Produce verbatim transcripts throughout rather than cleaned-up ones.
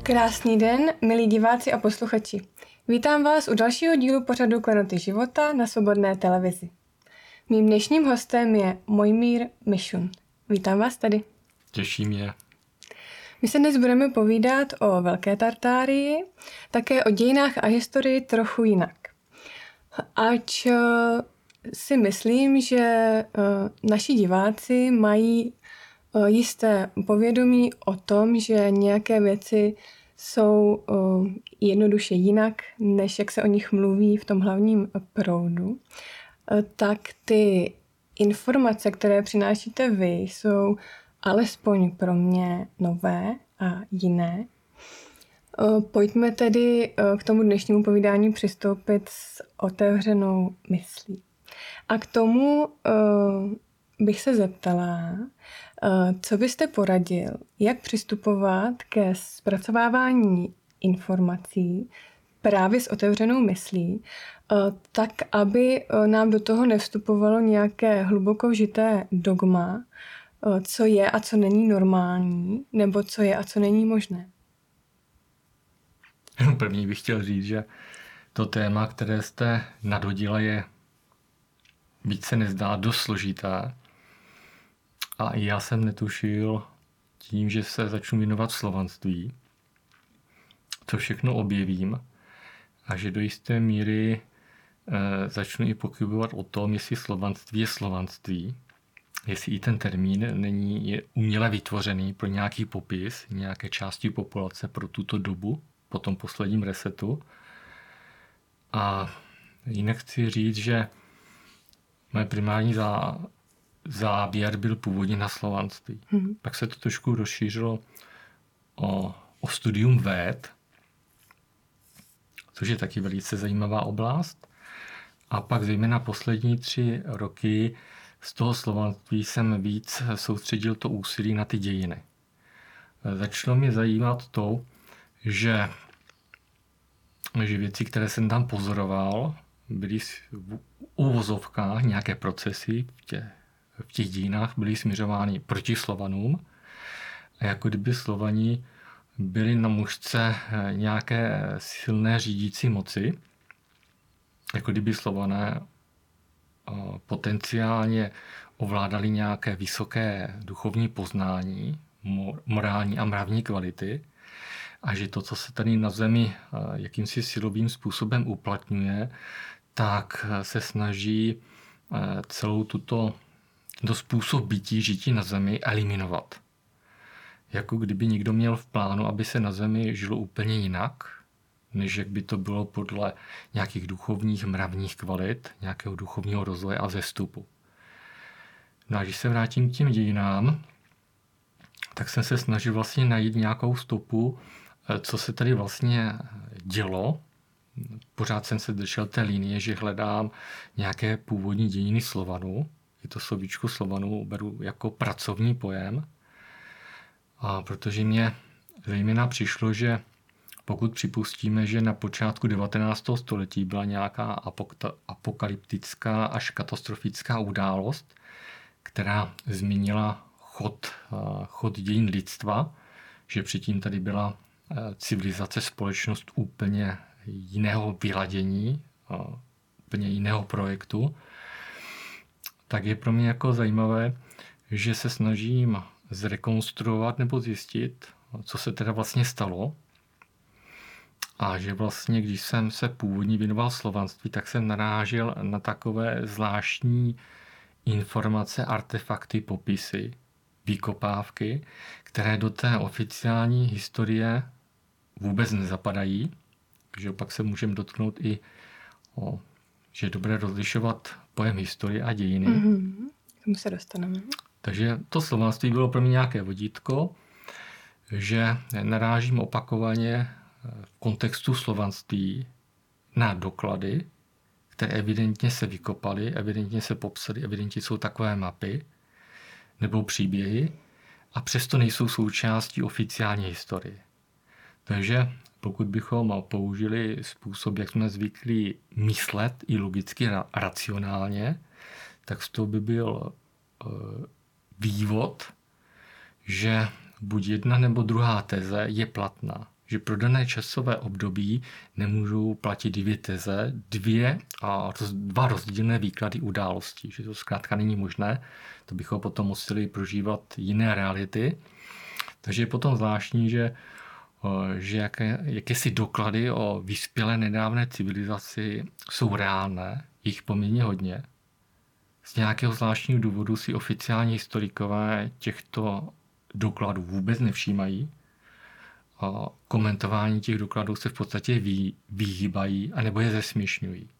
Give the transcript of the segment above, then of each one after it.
Krásný den, milí diváci a posluchači. Vítám vás u dalšího dílu pořadu Klenoty života na Svobodné televizi. Mým dnešním hostem je Mojmír Mišun. Vítám vás tady. Těší mě. My se dnes budeme povídat o Velké Tartárii, také o dějinách a historii trochu jinak. Ač si myslím, že naši diváci mají jisté povědomí o tom, že nějaké věci jsou jednoduše jinak, než jak se o nich mluví v tom hlavním proudu, tak ty informace, které přinášíte vy, jsou alespoň pro mě nové a jiné. Pojďme tedy k tomu dnešnímu povídání přistoupit s otevřenou myslí. A k tomu bych se zeptala, co byste poradil, jak přistupovat ke zpracovávání informací právě s otevřenou myslí, tak aby nám do toho nevstupovalo nějaké hluboko vžité dogma, co je a co není normální, nebo co je a co není možné. První bych chtěl říct, že to téma, které jste nadhodila, je víc se nezdá dost složité. A i já jsem netušil tím, že se začnu věnovat slovanství, co všechno objevím a že do jisté míry e, začnu i pochybovat o tom, jestli slovanství je slovanství, jestli i ten termín není je uměle vytvořený pro nějaký popis nějaké části populace pro tuto dobu, po tom posledním resetu. A jinak chci říct, že moje primární zá, záběr byl původně na slovanství. Hmm. Pak se to trošku rozšířilo o, o studium véd, což je taky velice zajímavá oblast. A pak zejména poslední tři roky z toho slovanství jsem víc soustředil to úsilí na ty dějiny. Začalo mě zajímat to, že, že věci, které jsem tam pozoroval, byly v uvozovkách nějaké procesy v těch, v těch dějinách byly směřovány proti Slovanům a jako kdyby Slovani byli na mužce nějaké silné řídící moci, jako kdyby Slované potenciálně ovládali nějaké vysoké duchovní poznání, morální a mravní kvality a že to, co se tady na zemi jakýmsi silovým způsobem uplatňuje, tak se snaží celou tuto tento způsob bytí, žití na zemi eliminovat. Jako kdyby někdo měl v plánu, aby se na zemi žilo úplně jinak, než jak by to bylo podle nějakých duchovních, mravních kvalit, nějakého duchovního rozvoje a vzestupu. No a když se vrátím k těm dějinám, tak jsem se snažil vlastně najít nějakou stopu, co se tady vlastně dělo. Pořád jsem se držel té linie, že hledám nějaké původní dějiny Slovanů. Je to slovíčko Slovanů beru jako pracovní pojem. A protože mě zejména přišlo, že pokud připustíme, že na počátku devatenáctého století byla nějaká apokalyptická až katastrofická událost, která změnila chod, chod dějin lidstva, že předtím tady byla civilizace, společnost úplně jiného vyladění, úplně jiného projektu, tak je pro mě jako zajímavé, že se snažím zrekonstruovat nebo zjistit, co se teda vlastně stalo. A že vlastně, když jsem se původně věnoval slovanství, tak jsem narážel na takové zvláštní informace, artefakty, popisy, vykopávky, které do té oficiální historie vůbec nezapadají. Takže pak se můžeme dotknout i, o, že je dobré rozlišovat pojem historie a dějiny. Mm-hmm. K tomu se dostaneme. Takže to slovanství bylo pro mě nějaké vodítko, že narážím opakovaně v kontextu slovanství na doklady, které evidentně se vykopaly, evidentně se popsaly, evidentně jsou takové mapy nebo příběhy a přesto nejsou součástí oficiální historie. Takže pokud bychom použili způsob, jak jsme zvyklí myslet i logicky racionálně, tak z toho by byl vývod, že buď jedna nebo druhá teze je platná. že pro dané časové období nemůžou platit dvě teze, dvě a dva rozdílné výklady událostí, že to zkrátka není možné, to bychom potom museli prožívat jiné reality. Takže je potom zvláštní, že, že jaké, jakési doklady o vyspělé nedávné civilizaci jsou reálné, jich poměrně hodně. Z nějakého zvláštního důvodu si oficiální historikové těchto dokladů vůbec nevšímají. A komentování těch dokladů se v podstatě vy, vyhýbají anebo je zesměšňují.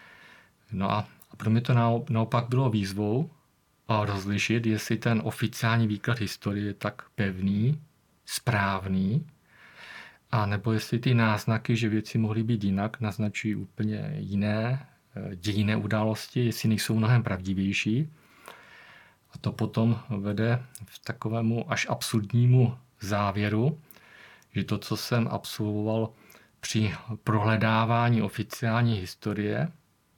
No a pro mě to naopak bylo výzvou rozlišit, jestli ten oficiální výklad historie je tak pevný, správný, a nebo jestli ty náznaky, že věci mohly být jinak, naznačují úplně jiné dějinné události, jestli nejsou mnohem pravdivější. A to potom vede v takovému až absurdnímu závěru, že to, co jsem absolvoval při prohledávání oficiální historie,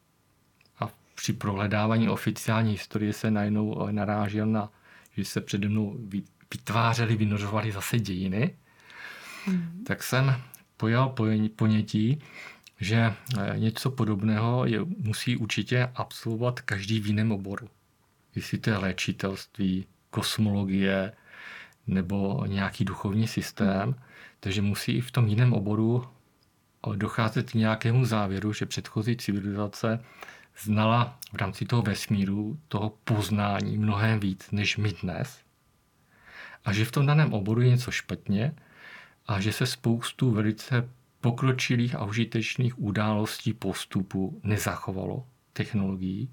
a při prohledávání oficiální historie se najednou narážel na, že se přede mnou vytvářely, vynořovaly zase dějiny, mm. tak jsem pojal ponětí, že něco podobného je, musí určitě absolvovat každý v jiném oboru. Jestli to je léčitelství, kosmologie nebo nějaký duchovní systém, mm. takže musí i v tom jiném oboru docházet k nějakému závěru, že předchozí civilizace znala v rámci toho vesmíru, toho poznání mnohem víc než my dnes, a že v tom daném oboru je něco špatně a že se spoustu velice pokročilých a užitečných událostí postupů nezachovalo, technologií.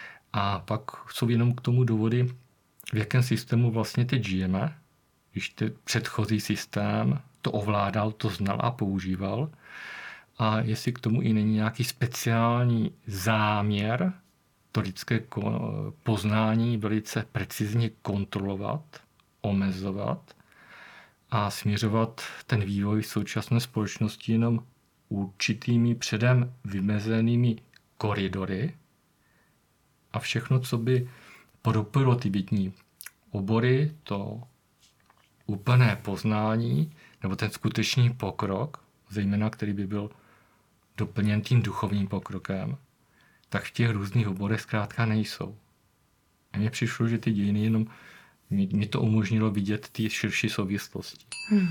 A pak jsou jenom k tomu důvody, v jakém systému vlastně teď žijeme, když ten předchozí systém to ovládal, to znal a používal, a jestli k tomu i není nějaký speciální záměr to lidské poznání velice precizně kontrolovat, omezovat a směřovat ten vývoj v současné společnosti jenom určitými předem vymezenými koridory, a všechno, co by podopilo ty bytní obory, to úplné poznání nebo ten skutečný pokrok, zejména který by byl doplněn tím duchovním pokrokem, tak v těch různých oborech zkrátka nejsou. A mně přišlo, že ty dějiny jenom mi to umožnilo vidět ty širší souvislosti. Hmm.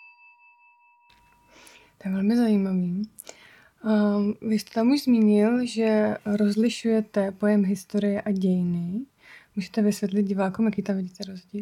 To je velmi zajímavý. Um, vy jste tam už zmínil, že rozlišujete pojem historie a dějiny. Můžete vysvětlit divákům, jaký tam vidíte rozdíl?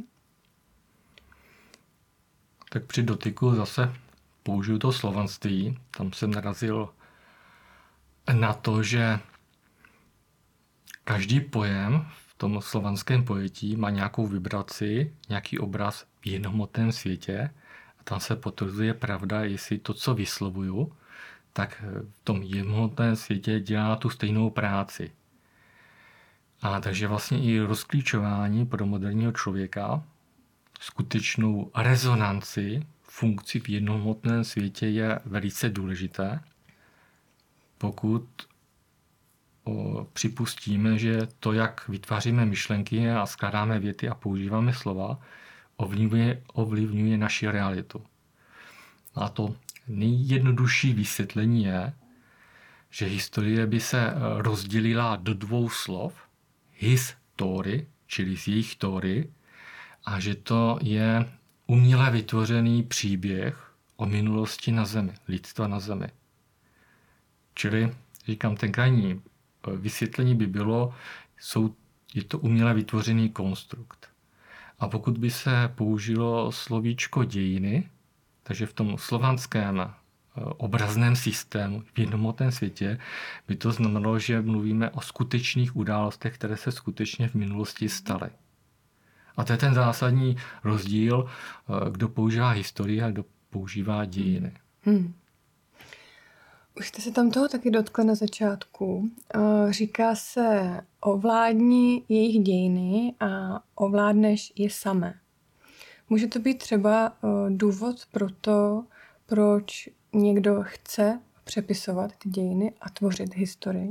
Tak při dotyku zase použiju to slovanství. Tam jsem narazil na to, že každý pojem v tom slovanském pojetí má nějakou vibraci, nějaký obraz v jednohmotném světě, a tam se potvrzuje pravda, jestli to, co vyslovuju, tak v tom jednohmotném světě dělá tu stejnou práci. A takže vlastně i rozklíčování pro moderního člověka skutečnou rezonanci funkci v jednohmotném světě je velice důležité, pokud o, připustíme, že to, jak vytváříme myšlenky a skládáme věty a používáme slova, ovlivňuje, ovlivňuje naši realitu. A to nejjednodušší vysvětlení je, že historie by se rozdělila do dvou slov, history, čili z jejich tory, a že to je uměle vytvořený příběh o minulosti na Zemi, lidstva na Zemi. Čili, říkám, ten krajní vysvětlení by bylo, jsou, je to uměle vytvořený konstrukt. A pokud by se použilo slovíčko dějiny, takže v tom slovanském obrazném systému v jednohmotném světě by to znamenalo, že mluvíme o skutečných událostech, které se skutečně v minulosti staly. A to je ten zásadní rozdíl, kdo používá historii a kdo používá dějiny. Hmm. Už jste se tam toho taky dotkli na začátku. Říká se ovládni jejich dějiny a ovládneš je samé. Může to být třeba důvod pro to, proč někdo chce přepisovat ty dějiny a tvořit historii?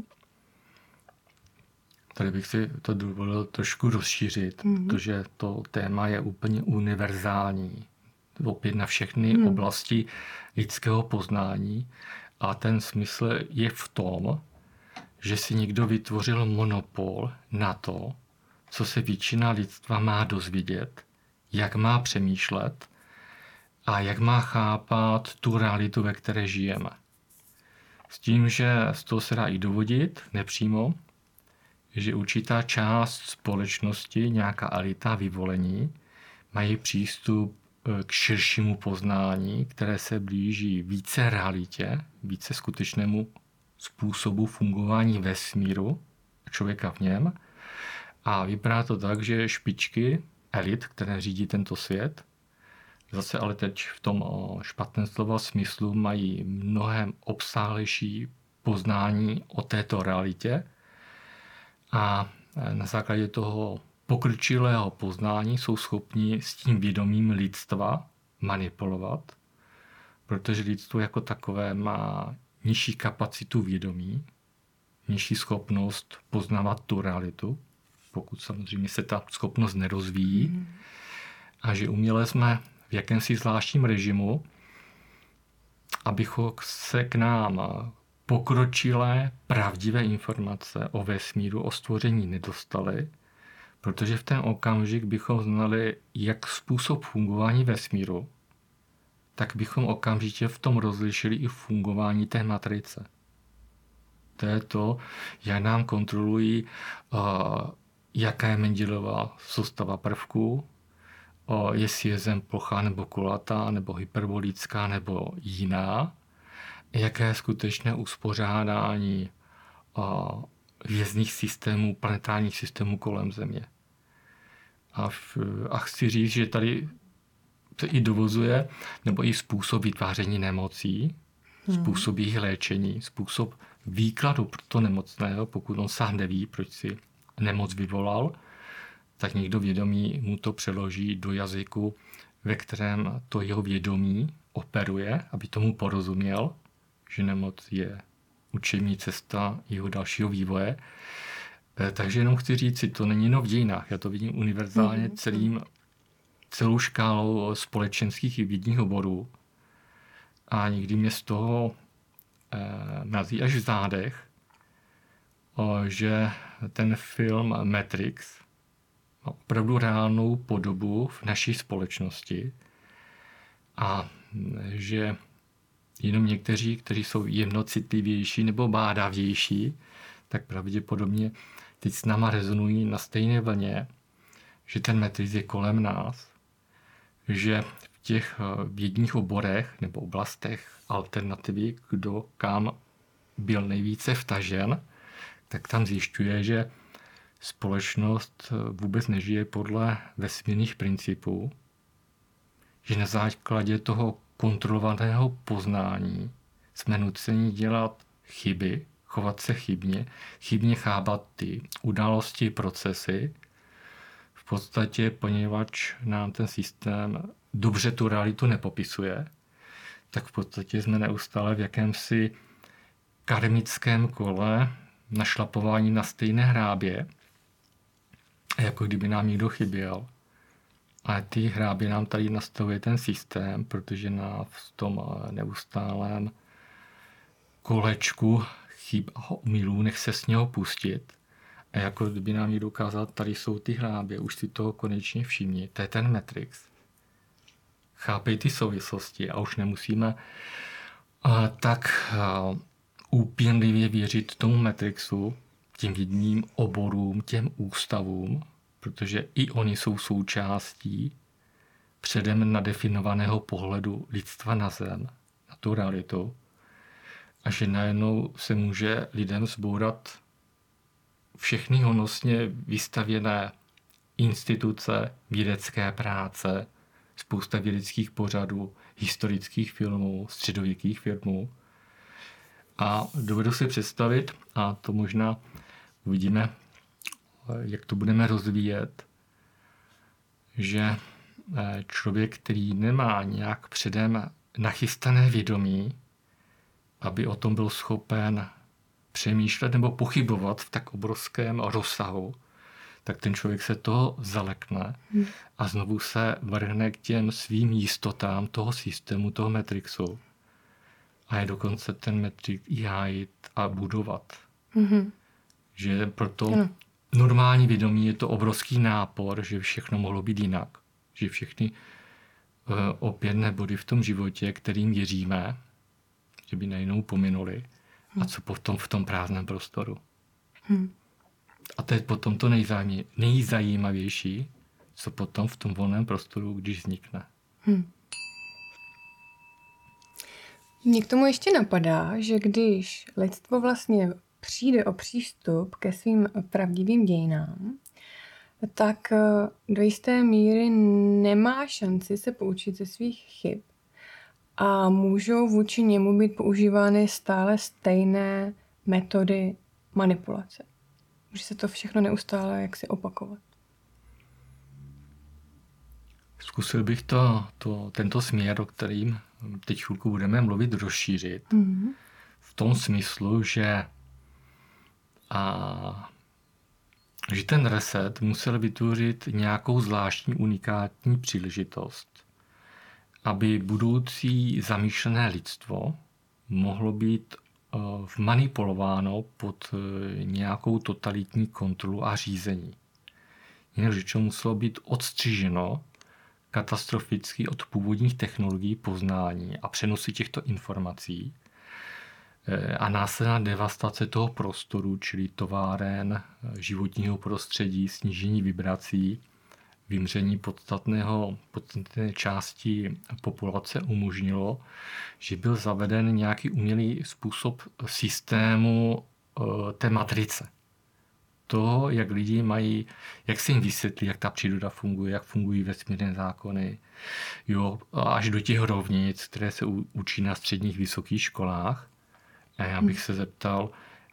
Tady bych si to dovolil trošku rozšířit, mm-hmm. protože to téma je úplně univerzální. opět na všechny hmm. oblasti lidského poznání. A ten smysl je v tom, že si někdo vytvořil monopol na to, co se většina lidstva má dozvědět, jak má přemýšlet a jak má chápat tu realitu, ve které žijeme. S tím, že z toho se dá i dovodit nepřímo, že určitá část společnosti, nějaká elita, vyvolení, mají přístup k širšímu poznání, které se blíží více realitě, více skutečnému způsobu fungování vesmíru, člověka v něm. A vypadá to tak, že špičky elit, které řídí tento svět, zase ale teď v tom špatném slova smyslu mají mnohem obsáhlejší poznání o této realitě a na základě toho pokročilého poznání jsou schopni s tím vědomím lidstva manipulovat, protože lidstvo jako takové má nižší kapacitu vědomí, nižší schopnost poznávat tu realitu, pokud samozřejmě se ta schopnost nerozvíjí, mm. a že uměle jsme v jakémsi zvláštním režimu, abychom se k nám pokročilé, pravdivé informace o vesmíru, o stvoření nedostali, protože v ten okamžik bychom znali jak způsob fungování vesmíru, tak bychom okamžitě v tom rozlišili i fungování té matrice. To je to, jak nám kontrolují, uh, jaká je Mendelová soustava prvků, uh, jestli je Zem plochá nebo kulatá, nebo hyperbolická, nebo jiná, jaké je skutečné uspořádání uh, hvězdných systémů, planetárních systémů kolem Země. A, v, a chci říct, že tady se i dovozuje, nebo i způsob vytváření nemocí, hmm. způsob jejich léčení, způsob výkladu pro to nemocného, pokud on sám neví, proč si nemoc vyvolal, tak někdo vědomí mu to přeloží do jazyku, ve kterém to jeho vědomí operuje, aby tomu porozuměl, že nemoc je učební cesta jeho dalšího vývoje. Takže jenom chci říct si, to není jenom v dějinách, já to vidím univerzálně celým, celou škálou společenských i vědních oborů. A někdy mě z toho eh, mrazí až v zádech, o, že ten film Matrix má opravdu reálnou podobu v naší společnosti a že jenom někteří, kteří jsou jemnocitlivější nebo bádavější, tak pravděpodobně teď s náma rezonují na stejné vlně, že ten Matrix je kolem nás, že v těch vědních oborech nebo oblastech alternativy, kdo kam byl nejvíce vtažen, tak tam zjišťuje, že společnost vůbec nežije podle vesmírných principů, že na základě toho kontrolovaného poznání jsme nuceni dělat chyby, chovat se chybně, chybně chápat ty události, procesy, v podstatě, poněvadž nám ten systém dobře tu realitu nepopisuje, tak v podstatě jsme neustále v jakémsi karmickém kole našlapování na stejné hrábě, jako kdyby nám někdo chyběl. A ty hrábě nám tady nastavuje ten systém, protože nás v tom neustálém kolečku chyb a omylů nechce s něho pustit. A jako kdyby nám někdo ukázal, tady jsou ty hrábě, už si toho konečně všimni. To je ten Matrix. Chápej ty souvislosti a už nemusíme uh, tak uh, úpěnlivě věřit tomu Matrixu, těm jedním oborům, těm ústavům, protože i oni jsou součástí předem nadefinovaného pohledu lidstva na Zem, na tu realitu. A že najednou se může lidem zbourat všechny honosně vystavěné instituce, vědecké práce, spousta vědeckých pořadů, historických filmů, středověkých filmů. A dovedu si představit, a to možná uvidíme, jak to budeme rozvíjet, že člověk, který nemá nějak předem nachystané vědomí, aby o tom byl schopen přemýšlet nebo pochybovat v tak obrovském rozsahu, tak ten člověk se toho zalekne hmm. a znovu se vrhne k těm svým jistotám toho systému, toho Matrixu. A je dokonce ten Matrix i hájit a budovat. Hmm. Že proto ano. normální vědomí je to obrovský nápor, že všechno mohlo být jinak. Že všechny uh, opětné body v tom životě, kterým věříme, že by najednou pominuli. Hmm. A co potom v tom prázdném prostoru. Hmm. A to je potom to nejzajímavější, nejzajímavější, co potom v tom volném prostoru, když vznikne. Hmm. Mně k tomu ještě napadá, že když lidstvo vlastně přijde o přístup ke svým pravdivým dějinám, tak do jisté míry nemá šanci se poučit ze svých chyb a můžou vůči němu být používány stále stejné metody manipulace. Může se to všechno neustále jaksi opakovat. Zkusil bych to, to, tento směr, o kterým teď chvilku budeme mluvit, rozšířit. Mm-hmm. V tom smyslu, že, a, že ten reset musel vytvořit nějakou zvláštní unikátní příležitost, aby budoucí zamýšlené lidstvo mohlo být uh, manipulováno pod uh, nějakou totalitní kontrolu a řízení. Jinak řečeno muselo být odstřiženo katastroficky od původních technologií poznání a přenosy těchto informací a následná devastace toho prostoru, čili továren, životního prostředí, snížení vibrací, vymření podstatného, podstatné části populace umožnilo, že byl zaveden nějaký umělý způsob systému té matrice. To, jak lidi mají, jak se jim vysvětlí, jak ta příroda funguje, jak fungují vesmírné zákony, jo, až do těch rovnic, které se učí na středních vysokých školách. A já bych se zeptal,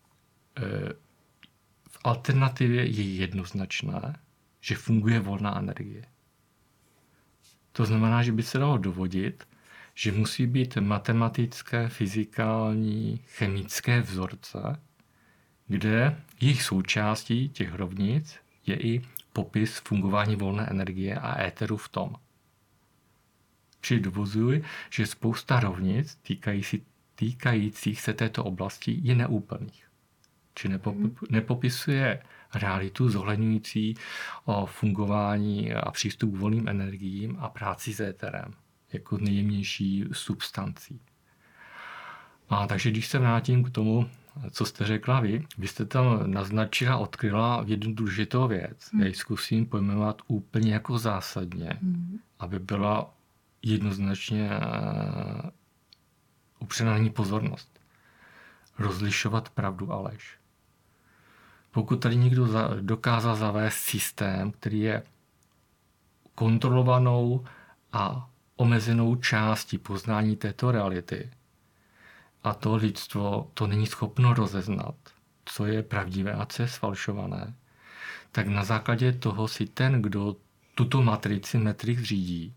v alternativě je jednoznačné, že funguje volná energie. To znamená, že by se dalo dovodit, že musí být matematické, fyzikální, chemické vzorce, kde jejich součástí těch rovnic je i popis fungování volné energie a éteru v tom. Čili dovozuji, že spousta rovnic týkající, týkajících se této oblasti je neúplných. Či nepopisuje realitu zohledňující o fungování a přístup k volným energiím a práci s éterem jako nejjemnější substancí. A takže když se vrátím k tomu, co jste řekla vy, vy jste tam naznačila, odkryla jednu důležitou věc. Hmm. Já ji zkusím pojmenovat úplně jako zásadně, hmm. aby byla jednoznačně upřena na ní pozornost. Rozlišovat pravdu a lež. Pokud tady někdo dokázal zavést systém, který je kontrolovanou a omezenou částí poznání této reality, a to lidstvo to není schopno rozeznat, co je pravdivé a co je sfalšované, tak na základě toho si ten, kdo tuto matrici Matrix řídí,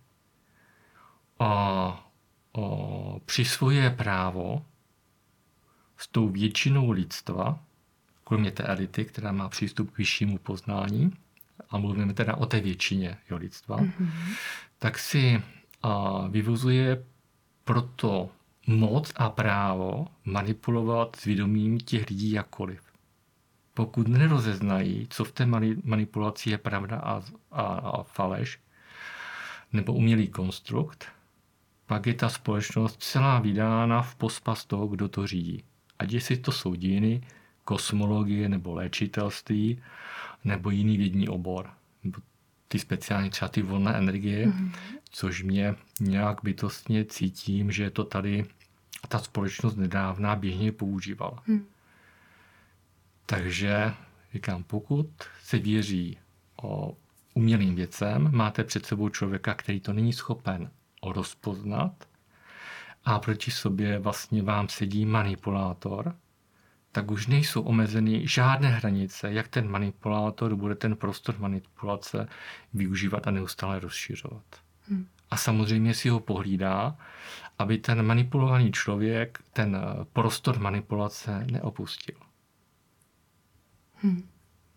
a, a přisvojuje právo s tou většinou lidstva, kromě té elity, která má přístup k vyššímu poznání, a mluvíme teda o té většině jo, lidstva, mm-hmm. tak si a, vyvozuje proto moc a právo manipulovat s vědomím těch lidí jakkoliv. Pokud nerozeznají, co v té manipulaci je pravda a, a, a faleš, nebo umělý konstrukt, pak je ta společnost celá vydána v pospas toho, kdo to řídí. Ať jestli to jsou dějiny, kosmologie nebo léčitelství, nebo jiný vědní obor. Nebo ty speciální třeba ty volné energie, mm-hmm. což mě nějak bytostně cítím, že to tady ta společnost nedávná běžně používala. Mm. Takže říkám, pokud se věří o umělým věcem, máte před sebou člověka, který to není schopen rozpoznat a proti sobě vlastně vám sedí manipulátor, tak už nejsou omezeny žádné hranice, jak ten manipulátor bude ten prostor manipulace využívat a neustále rozšiřovat. Hmm. A samozřejmě si ho pohlídá, aby ten manipulovaný člověk ten prostor manipulace neopustil. Hmm.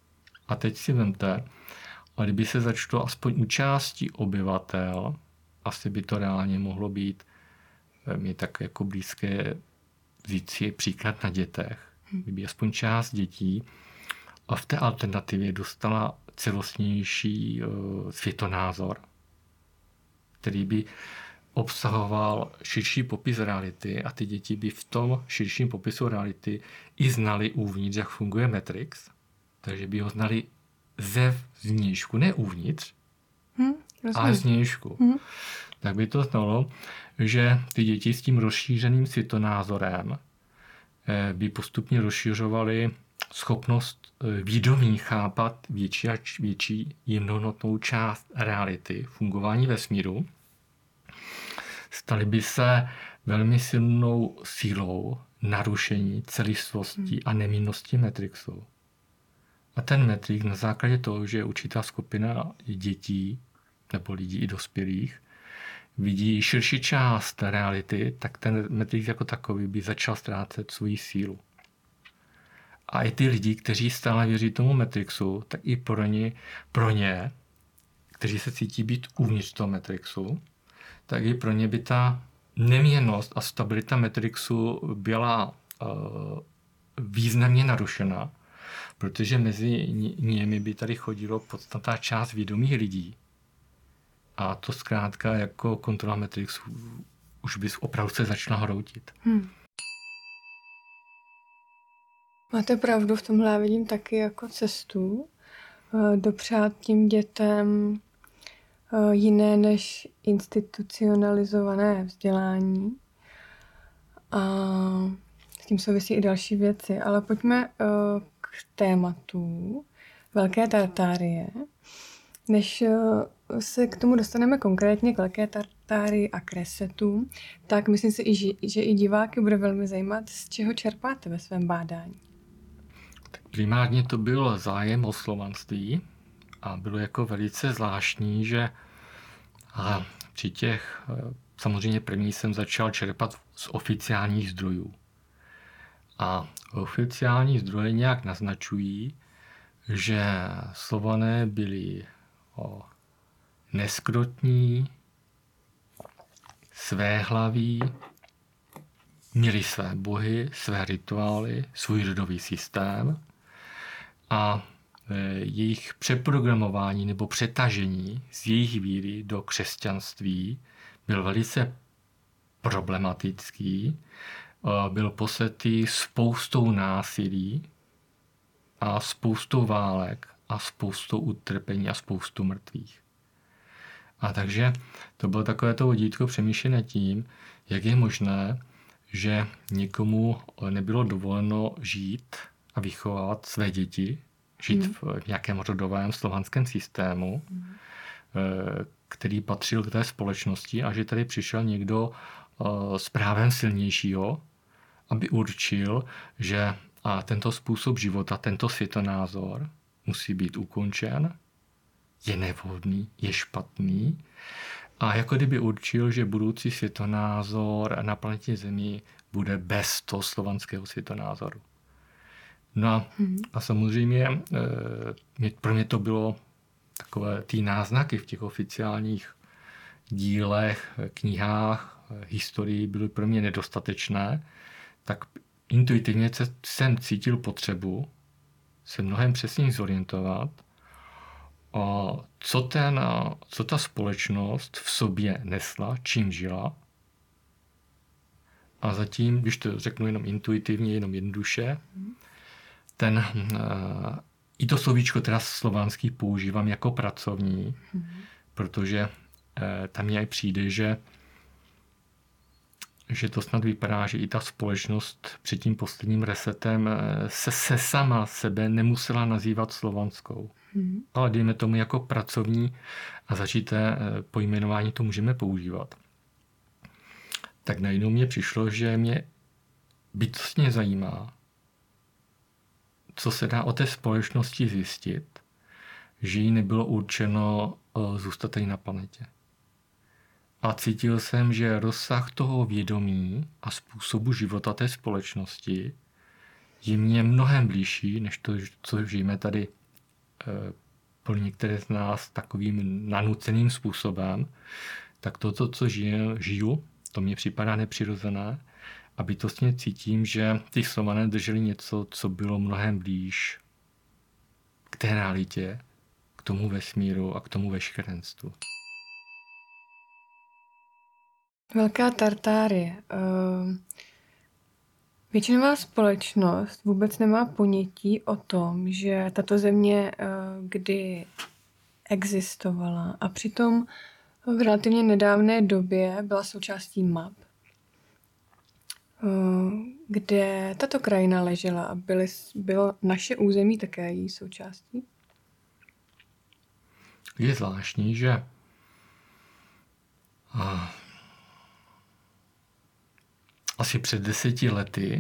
A teď si vemte, a kdyby se začalo aspoň u části obyvatel, asi by to reálně mohlo být mi tak jako blízké vzít si příklad na dětech. Kdyby aspoň část dětí a v té alternativě dostala celostnější uh, světonázor, který by obsahoval širší popis reality a ty děti by v tom širším popisu reality i znali uvnitř, jak funguje Matrix, takže by ho znali ze zvnějšku, ne uvnitř, hmm, ale zvnějšku. Hmm. Tak by to znalo, že ty děti s tím rozšířeným světonázorem by postupně rozšiřovaly schopnost vědomí chápat větší a větší jemnohmotnou část reality, fungování vesmíru. Staly by se velmi silnou sílou narušení celistvosti a neminnosti Matrixu. A ten Matrix na základě toho, že určitá skupina dětí nebo lidí i dospělých vidí širší část reality, tak ten Matrix jako takový by začal ztrácet svoji sílu. A i ty lidi, kteří stále věří tomu Matrixu, tak i pro ně, pro ně, kteří se cítí být uvnitř toho Matrixu, tak i pro ně by ta neměnnost a stabilita Matrixu byla uh, významně narušena, protože mezi nimi by tady chodilo podstatná část vědomých lidí. A to zkrátka jako kontrola Matrixu už by opravdu se začala hroutit. Hmm. Máte pravdu, v tomhle já vidím taky jako cestu dopřát tím dětem jiné než institucionalizované vzdělání. A s tím souvisí i další věci. Ale pojďme k tématu Velké Tartárie. Než se k tomu dostaneme konkrétně k Velké Tartárii a Kresetu, tak myslím si, že i diváky bude velmi zajímat, z čeho čerpáte ve svém bádání. Primárně to byl zájem o slovanství a bylo jako velice zvláštní, že a při těch, samozřejmě první jsem začal čerpat z oficiálních zdrojů. A oficiální zdroje nějak naznačují, že Slované byli o neskrotní, svéhlaví, měli své bohy, své rituály, svůj rodový systém a jejich přeprogramování nebo přetažení z jejich víry do křesťanství byl velice problematický, byl posetý spoustou násilí a spoustou válek a spoustou utrpení a spoustou mrtvých. A takže to bylo takové to vodítko přemýšlet nad tím, jak je možné, že někomu nebylo dovoleno žít a vychovávat své děti, žít mm. v nějakém rodovém slovanském systému, mm. který patřil k té společnosti a že tady přišel někdo s právem silnějšího, aby určil, že a tento způsob života, tento světonázor musí být ukončen, je nevhodný, je špatný a jako kdyby určil, že budoucí světonázor na planetě Zemi bude bez toho slovanského světonázoru. No a, hmm. a samozřejmě e, pro mě to bylo takové ty náznaky v těch oficiálních dílech, knihách, historii byly pro mě nedostatečné, tak intuitivně jsem cítil potřebu se mnohem přesněji zorientovat, co, ten, co ta společnost v sobě nesla, čím žila. A zatím, když to řeknu jenom intuitivně, jenom jednoduše, ten, i to slovíčko teda slovanský používám jako pracovní, protože tam mi aj přijde, že že to snad vypadá, že i ta společnost před tím posledním resetem se, se sama sebe nemusela nazývat slovanskou. Hmm. Ale dejme tomu jako pracovní a začíté pojmenování to můžeme používat. Tak najednou mě přišlo, že mě bytostně zajímá, co se dá o té společnosti zjistit, že jí nebylo určeno zůstat tady na planetě. A cítil jsem, že rozsah toho vědomí a způsobu života té společnosti je mně mnohem blížší, než to, co žijeme tady pro některé z nás takovým nanuceným způsobem, tak to, co žiju, žiju, to mně připadá nepřirozené a bytostně cítím, že ty Slované drželi něco, co bylo mnohem blíž k té realitě, k tomu vesmíru a k tomu veškerenstvu. Velká Tartárie. Většinová společnost vůbec nemá ponětí o tom, že tato země kdy existovala a přitom v relativně nedávné době byla součástí map, kde tato krajina ležela a byly, bylo naše území také její součástí. Je zvláštní, že asi před deseti lety,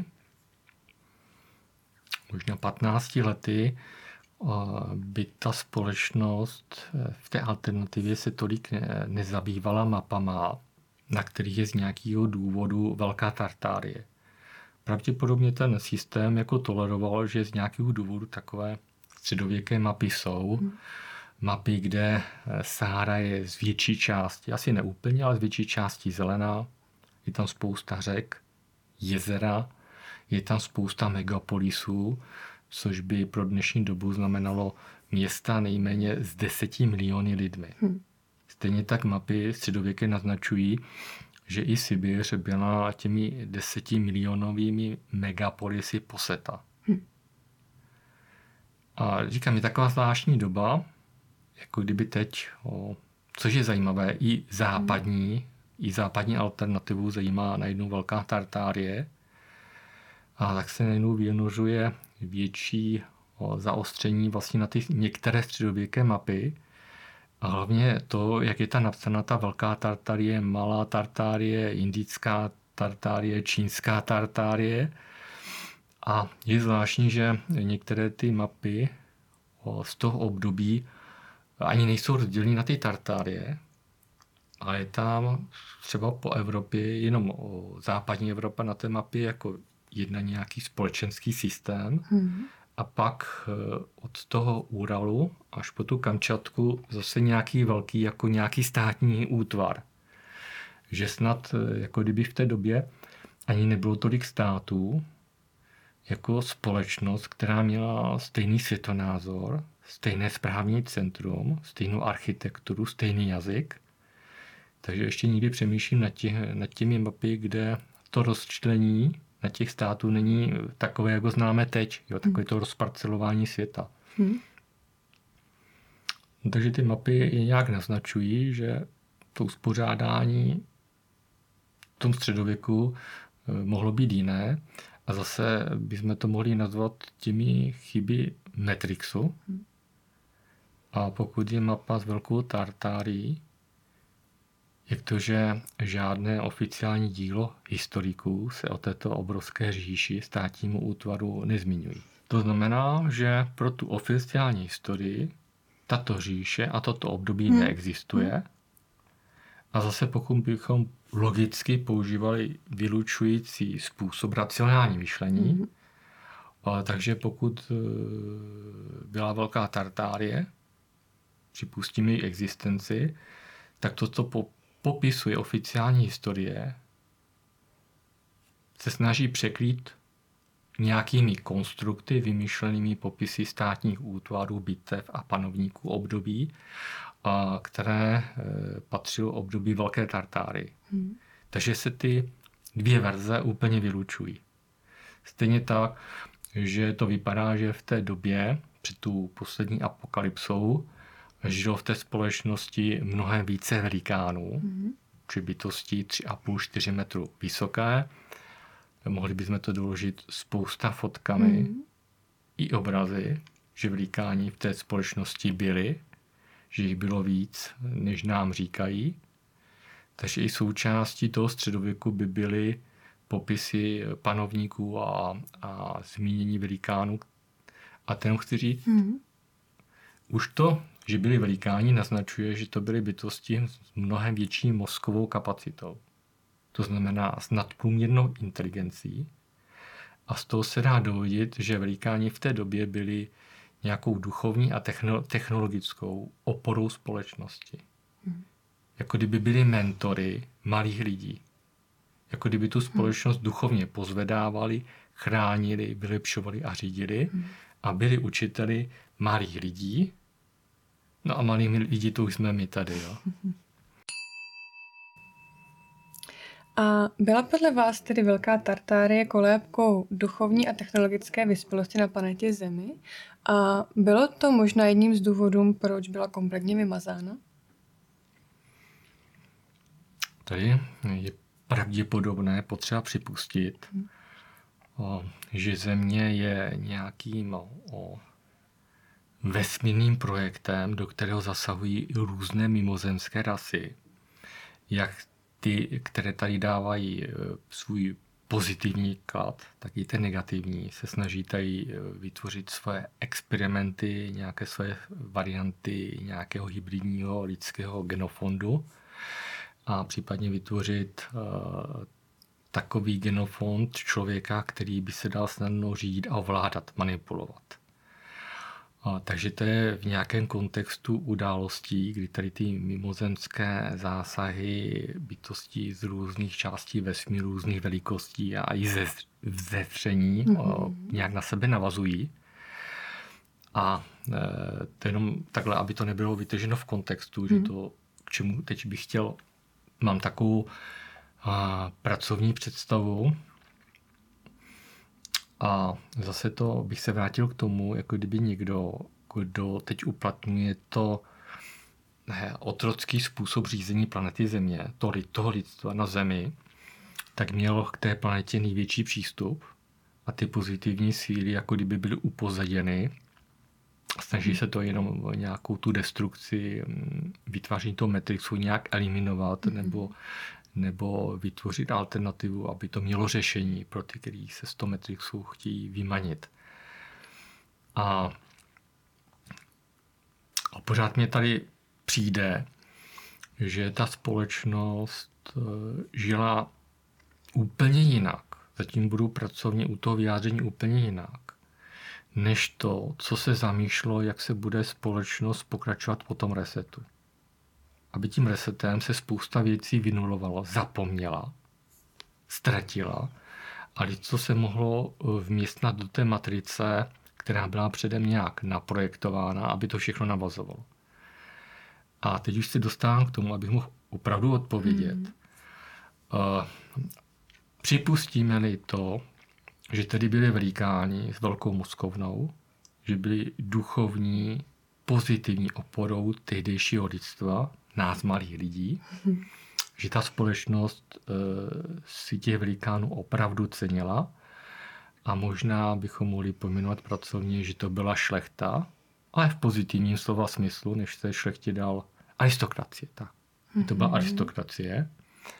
možná patnácti lety, by ta společnost v té alternativě se tolik nezabývala mapama, na kterých je z nějakého důvodu Velká Tartárie. Pravděpodobně ten systém jako toleroval, že z nějakého důvodu takové středověké mapy jsou. Hmm. Mapy, kde Sahara je z větší části, asi neúplně, ale z větší části zelená. Je tam spousta řek, jezera, je tam spousta megapolisů, což by pro dnešní dobu znamenalo města nejméně s deseti miliony lidmi. Hmm. Stejně tak mapy středověké naznačují, že i Sibiř byla těmi desetimilionovými megapolisy poseta. Hmm. A říkám, je taková zvláštní doba, jako kdyby teď, o, což je zajímavé, i západní, hmm. i západní alternativu zajímá najednou Velká Tartárie. A tak se najednou vynořuje větší o, zaostření vlastně na ty některé středověké mapy. A hlavně to, jak je ta napsána ta Velká Tartárie, Malá Tartárie, Indická Tartárie, Čínská Tartárie. A je zvláštní, že některé ty mapy o, z toho období ani nejsou rozděleny na ty Tartárie, ale je tam třeba po Evropě, jenom o západní Evropa na té mapě jako jedna nějaký společenský systém. Hmm. A pak od toho Uralu až po tu Kamčatku zase nějaký velký, jako nějaký státní útvar. Že snad, jako kdyby v té době ani nebylo tolik států, jako společnost, která měla stejný světonázor, stejné správní centrum, stejnou architekturu, stejný jazyk. Takže ještě nikdy přemýšlím nad, tě, nad těmi mapy, kde to rozčlení na těch států není takové, jako známe teď. Jo, takové to rozparcelování světa. Hmm. No, takže ty mapy je nějak naznačují, že to uspořádání v tom středověku mohlo být jiné. A zase bychom to mohli nazvat těmi chyby Matrixu. Hmm. A pokud je mapa s Velkou Tartárií, jak to, že žádné oficiální dílo historiků se o této obrovské říši státnímu útvaru nezmiňují. To znamená, že pro tu oficiální historii tato říše a toto období hmm. neexistuje. A zase pokud bychom logicky používali vylučující způsob racionální myšlení, hmm. ale takže pokud byla Velká Tartárie, připustíme její existenci, tak toto po popisuje oficiální historie, se snaží překrýt nějakými konstrukty, vymyšlenými popisy státních útvarů, bitev a panovníků období, a které patřilo období Velké Tartárie. Hmm. Takže se ty dvě verze úplně vylučují. Stejně tak, že to vypadá, že v té době, před tu poslední apokalypsou, žilo v té společnosti mnohem více velikánů, mm-hmm. či bytosti tři a půl až čtyři metru vysoké. Mohli bychom to doložit spousta fotkami mm-hmm. i obrazy, že velikáni v té společnosti byli, že jich bylo víc, než nám říkají. Takže i součástí toho středověku by byly popisy panovníků a, a zmínění velikánů. A ten chci říct, mm-hmm. už to, že byli velikáni, naznačuje, že to byly bytosti s mnohem větší mozkovou kapacitou. To znamená s nadprůměrnou inteligencí. A z toho se dá dovodit, že velikáni v té době byli nějakou duchovní a technologickou oporou společnosti. Hmm. Jako kdyby byli mentory malých lidí. Jako kdyby tu společnost duchovně pozvedávali, chránili, vylepšovali a řídili hmm. a byli učiteli malých lidí. No a malými lidi to už jsme my tady. Jo. A byla podle vás tedy Velká Tartárie kolébkou duchovní a technologické vyspělosti na planetě Zemi? A bylo to možná jedním z důvodů, proč byla kompletně vymazána? Tady je pravděpodobné potřeba připustit, hmm. o, že Země je nějakým o, vesmírným projektem, do kterého zasahují i různé mimozemské rasy. Jak ty, které tady dávají svůj pozitivní klad, tak i ten negativní se snaží tady vytvořit svoje experimenty, nějaké svoje varianty nějakého hybridního lidského genofondu a případně vytvořit uh, takový genofond člověka, který by se dal snadno řídit a ovládat, manipulovat. A, takže to je v nějakém kontextu událostí, kdy tady ty mimozemské zásahy bytostí z různých částí vesmíru, různých velikostí a i ze vzevření mm-hmm. nějak na sebe navazují. A e, to jenom takhle, aby to nebylo vytaženo v kontextu, mm-hmm. že to, k čemu teď bych chtěl, mám takovou a, pracovní představu. A zase to bych se vrátil k tomu, jako kdyby někdo, kdo teď uplatňuje to ne, otrocký způsob řízení planety Země, to, toho lidstva na Zemi, tak měl k té planetě největší přístup a ty pozitivní síly jako kdyby byly upozaděny. Snaží se to jenom nějakou tu destrukci, vytváření toho Matrixu nějak eliminovat mm-hmm. nebo nebo vytvořit alternativu, aby to mělo řešení pro ty, kteří se z toho Matrixu chtějí vymanit. A, a pořád mě tady přijde, že ta společnost žila úplně jinak. Zatím budu pracovně u toho vyjádření úplně jinak, než to, co se zamýšlo, jak se bude společnost pokračovat po tom resetu. Aby tím resetem se spousta věcí vynulovala, zapomněla, ztratila a lidstvo se mohlo vměstnat do té matrice, která byla předem nějak naprojektována, aby to všechno navazovalo. A teď už se dostávám k tomu, abych mohl opravdu odpovědět. Hmm. Uh, připustíme-li to, že tady byli velikáni s velkou mozkovnou, že byli duchovní, pozitivní oporou tehdejšího lidstva, nás malých lidí, hmm. že ta společnost e, si těch velikánů opravdu cenila a možná bychom mohli pojmenovat pracovně, že to byla šlechta, ale v pozitivním slova smyslu, než se šlechtě dal aristokracie. Tak. Hmm. To byla aristokracie.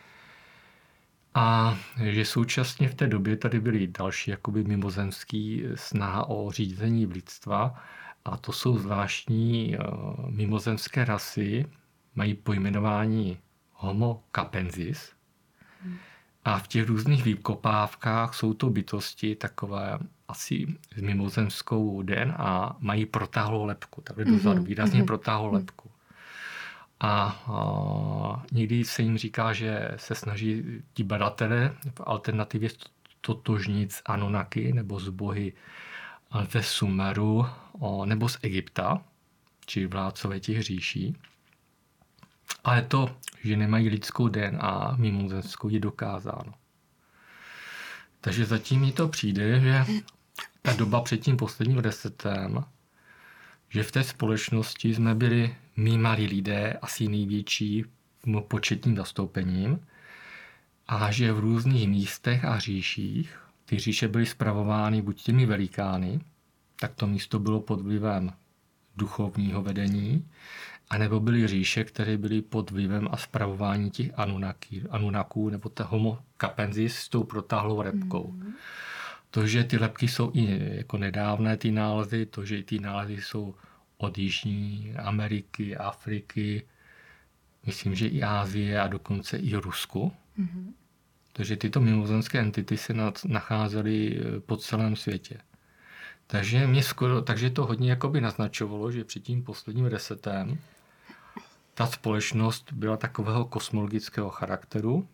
A že současně v té době tady byly další jakoby mimozemský snaha o řízení lidstva a to jsou zvláštní e, mimozemské rasy, mají pojmenování Homo capensis a v těch různých vykopávkách jsou to bytosti takové asi s mimozemskou D N A, mají protáhlou lebku, takhle dozadu, výrazně mm-hmm. protáhlou lebku. A, a někdy se jim říká, že se snaží ti badatelé v alternativě totožnit s Anunnaki nebo s bohy ze Sumeru nebo z Egypta, či vládcové těch říší. Ale to, že nemají lidskou D N A mimozemskou, je dokázáno. Takže zatím mi to přijde, že ta doba před tím posledním resetem, že v té společnosti jsme byli my malí lidé, asi největší početním zastoupením, a že v různých místech a říších, ty říše byly spravovány buď těmi velikány, tak to místo bylo pod vlivem duchovního vedení, anebo byly říše, které byly pod vlivem a spravování těch Anunnaků nebo ta Homo capensis s tou protáhlou lebkou. Mm. To, že ty lebky jsou i jako nedávné ty nálezy, to, že ty nálezy jsou od Jižní Ameriky, Afriky, myslím, že i Asie a dokonce i Rusku. Mm. Takže tyto mimozemské entity se nacházely po celém světě. Takže, mě skoro, takže to hodně jakoby naznačovalo, že před tím posledním resetem ta společnost byla takového kosmologického charakteru.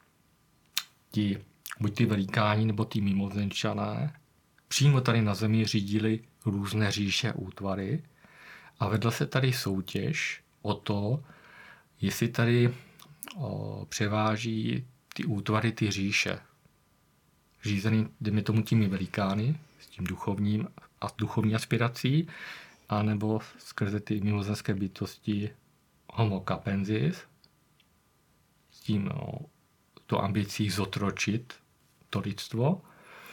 Ti, buď ty velikáni, nebo ty mimozemšťané, přímo tady na Zemi řídili různé říše a útvary a vedla se tady soutěž o to, jestli tady o, převáží ty útvary, ty říše, řízený, dejme tomu, těmi velikány, s tím duchovním a duchovní aspirací, anebo skrze ty mimozemské bytosti Homo capensis, s tím no, to ambicí zotročit to lidstvo.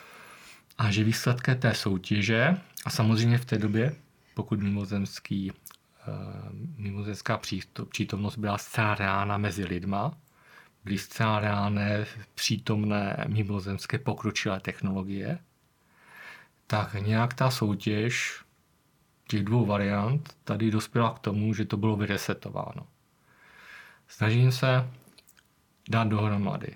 A že výsledkem té soutěže, a samozřejmě v té době, pokud mimozemský, mimozemská přítomnost byla zcela reálná mezi lidma, byly zcela reálné přítomné mimozemské pokročilé technologie, tak nějak ta soutěž těch dvou variant tady dospěla k tomu, že to bylo vyresetováno. Snažím se dát dohromady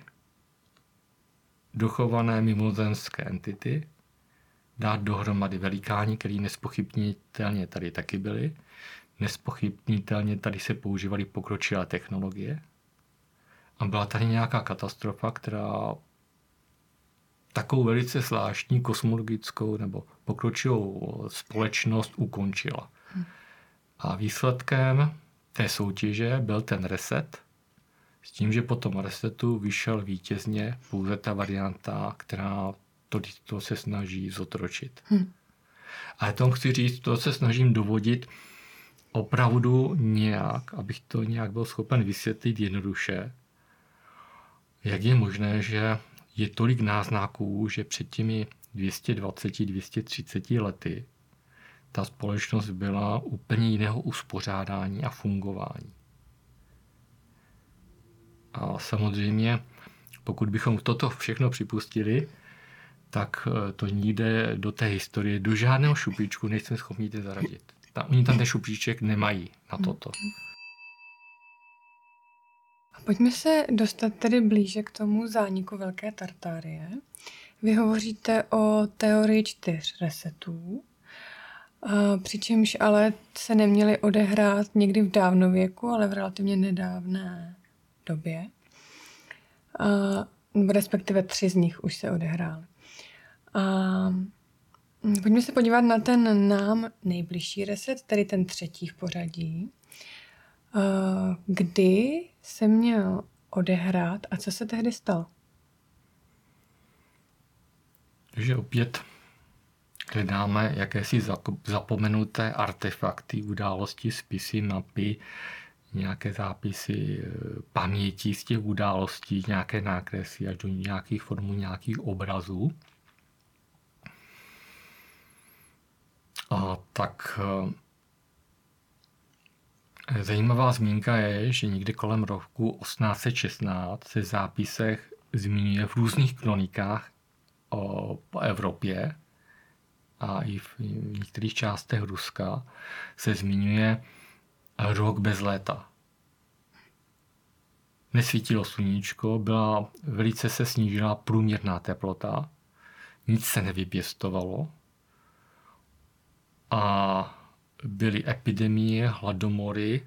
dochované mimozemské entity, dát dohromady velikáni, který nespochybnitelně tady taky byli, nespochybnitelně tady se používaly pokročilé technologie a byla tady nějaká katastrofa, která takovou velice zvláštní kosmologickou nebo pokročilou společnost ukončila. Hmm. A výsledkem té soutěže byl ten reset, s tím, že po tom resetu vyšel vítězně pouze ta varianta, která to, to se snaží zotročit. Hmm. A já tomu chci říct, to se snažím dovodit opravdu nějak, abych to nějak byl schopen vysvětlit jednoduše, jak je možné, že je tolik náznaků, že před těmi dvě stě dvacet až dvě stě třicet lety ta společnost byla úplně jiného uspořádání a fungování. A samozřejmě, pokud bychom toto všechno připustili, tak to nikde do té historie, do žádného šuplíčku nejsme schopni to zaradit. Ta, oni tam ten šuplíček nemají na toto. A pojďme se dostat tedy blíže k tomu zániku Velké Tartárie. Vy hovoříte o teorii čtyř resetů, přičemž ale se neměly odehrát někdy v dávnověku, ale v relativně nedávné době. Nebo respektive tři z nich už se odehrály. A pojďme se podívat na ten nám nejbližší reset, tedy ten třetí v pořadí. Kdy se měl odehrát a co se tehdy stalo? Takže opět hledáme jakési zapomenuté artefakty, události, spisy, mapy, nějaké zápisy paměti z těch událostí, nějaké nákresy až do nějakých formů, nějakých obrazů. A tak zajímavá zmínka je, že někdy kolem roku osmnáct set šestnáct se v zápisech zmiňuje v různých kronikách o, po Evropě a i v některých částech Ruska se zmiňuje rok bez léta. Nesvítilo sluníčko, byla, velice se snížila průměrná teplota, nic se nevypěstovalo a byly epidemie, hladomory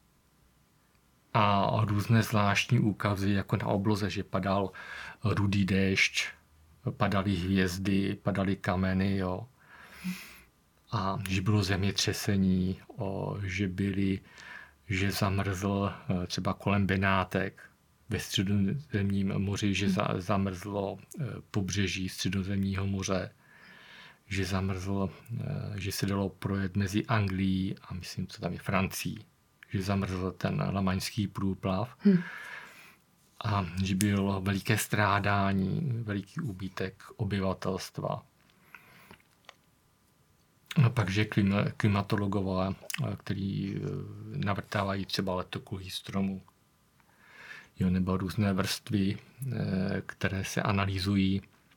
a různé zvláštní úkazy, jako na obloze, že padal rudý déšť, padaly hvězdy, padaly kameny, jo. A že bylo zemětřesení, o, že byly, že zamrzl třeba kolem Benátek ve Středozemním moři, že za, zamrzlo pobřeží Středozemního moře, že zamrzlo, že se dalo projet mezi Anglií a myslím, co tam je, Francií, že zamrzl ten lamaňský průplav hmm. a že bylo veliké strádání, veliký úbytek obyvatelstva. No pak, že klimatologové, který navrtávají třeba letokuhy stromů, jo, nebo různé vrstvy, které se analyzují,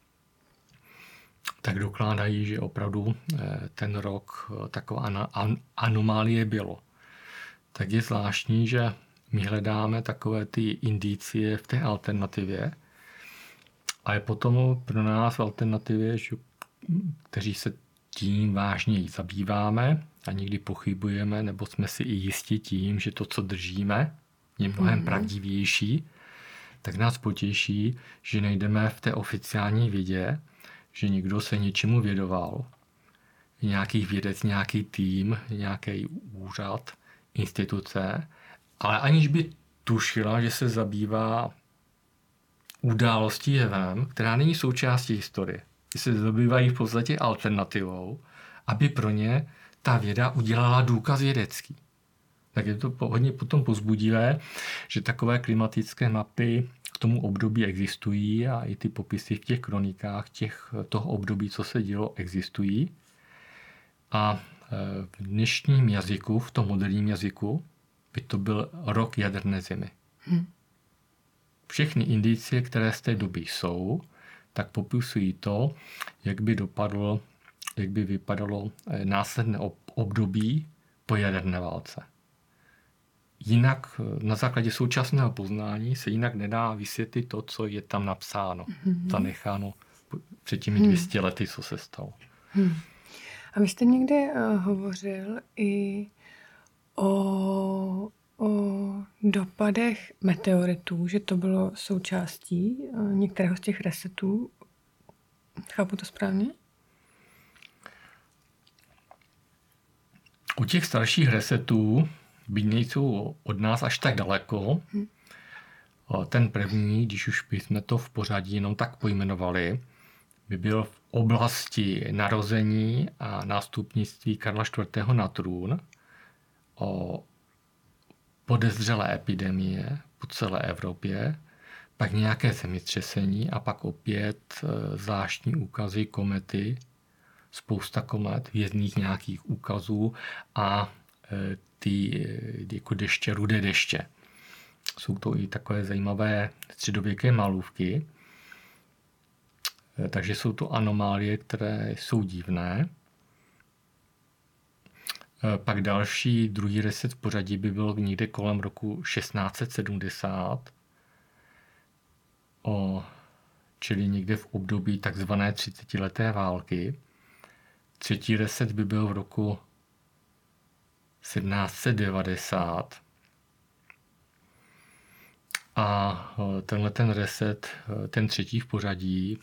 tak dokládají, že opravdu ten rok taková anomálie bylo. Tak je zvláštní, že my hledáme takové ty indicie v té alternativě a je potom pro nás v alternativě, že, kteří se tím vážněji zabýváme a někdy pochybujeme, nebo jsme si i jisti tím, že to, co držíme, je mnohem mm-hmm. pravdivější, tak nás potěší, že najdeme v té oficiální vědě, že někdo se něčemu vědoval. Nějaký vědec, nějaký tým, nějaký úřad, instituce, ale aniž by tušila, že se zabývá událostí jevem, která není součástí historie. Že se zabývají v podstatě alternativou, aby pro ně ta věda udělala důkaz vědecký. Tak je to hodně potom povzbudivé, že takové klimatické mapy k tomu období existují a i ty popisy v těch kronikách těch, toho období, co se dělo, existují. A v dnešním jazyku, v tom moderním jazyku, by to byl rok jaderné zimy. Hmm. Všechny indicie, které z té doby jsou, tak popisují to, jak by dopadlo, jak by vypadalo následné období po jaderné válce. Jinak na základě současného poznání se jinak nedá vysvětlit to, co je tam napsáno, mm-hmm. zanecháno před těmi dvě stě lety, co se stalo. Hmm. A vy jste někde uh, hovořil i o, o dopadech meteoritů, že to bylo součástí uh, některého z těch resetů. Chápu to správně? U těch starších resetů, byť nejsou od nás až tak daleko, hmm. ten první, když už bychom to v pořadí jenom tak pojmenovali, by byl v oblasti narození a nástupnictví Karla čtvrtého. Na trůn, o podezřelé epidemie po celé Evropě, pak nějaké zemětřesení a pak opět zvláštní úkazy komety, spousta komet, hvězdných nějakých úkazů a ty jako deště, rudé deště. Jsou to i takové zajímavé středověké malůvky. Takže jsou to anomálie, které jsou divné. Pak další, druhý reset v pořadí by byl někde kolem roku šestnáct set sedmdesát, o, čili někde v období takzvané třicetileté války. Třetí reset by byl v roku sedmnáct set devadesát. A tenhle ten reset, ten třetí v pořadí,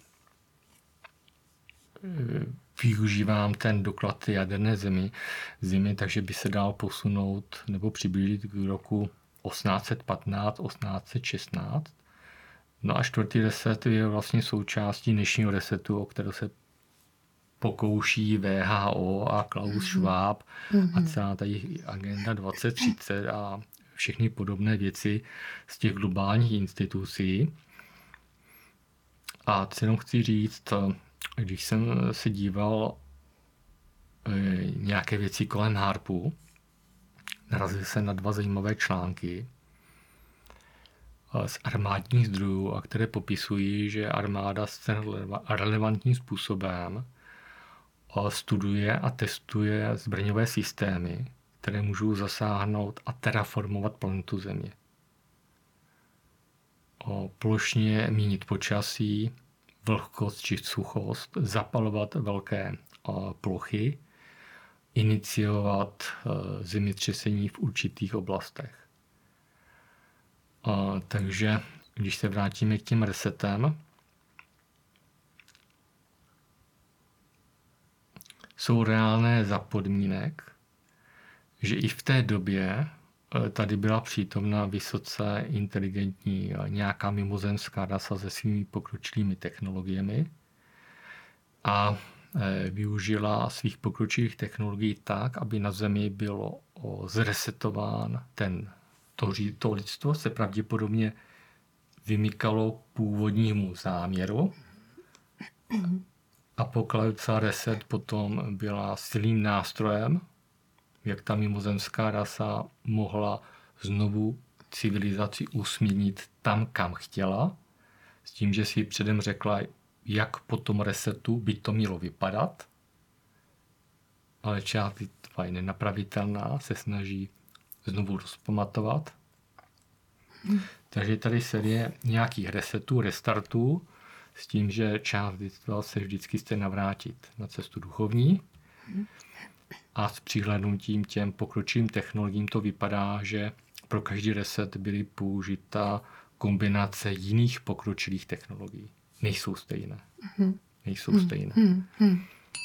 využívám ten doklad jaderné zimy, zimy, takže by se dal posunout nebo přiblížit k roku osmnáct set patnáct, osmnáct set šestnáct. No a čtvrtý reset je vlastně součástí dnešního resetu, o kterého se pokouší W H O a Klaus Schwab mm-hmm. a celá tady agenda dvacet třicet a všechny podobné věci z těch globálních institucí. A co jenom chci říct, když jsem se díval nějaké věci kolem HAARPu, narazil jsem na dva zajímavé články z armádních zdrojů, a které popisují, že armáda relevantním způsobem studuje a testuje zbraňové systémy, které můžou zasáhnout a terraformovat planetu Země. O plošně měnit počasí, vlhkost či suchost, zapalovat velké o, plochy, iniciovat o, zemětřesení v určitých oblastech. O, takže když se vrátíme k těm resetem, jsou reálné za podmínek, že i v té době tady byla přítomna vysoce inteligentní nějaká mimozemská rasa se svými pokročilými technologiemi a využila svých pokročilých technologií tak, aby na Zemi bylo zresetován ten, to, to lidstvo se pravděpodobně vymykalo původnímu záměru. Apokalypsa reset potom byla silným nástrojem, jak ta mimozemská rasa mohla znovu civilizaci usměrnit tam, kam chtěla, s tím, že si předem řekla, jak po tom resetu by to mělo vypadat, ale část je nenapravitelná, se snaží znovu rozpamatovat. Hmm. Takže tady série nějakých resetů, restartů, s tím, že část lidstva se vždycky chce navrátit na cestu duchovní A s přihlédnutím těm pokročilým technologiím to vypadá, že pro každý reset byly použita kombinace jiných pokročilých technologií. Nejsou stejné. Hmm. Nejsou Hmm. stejné. Hmm. Hmm.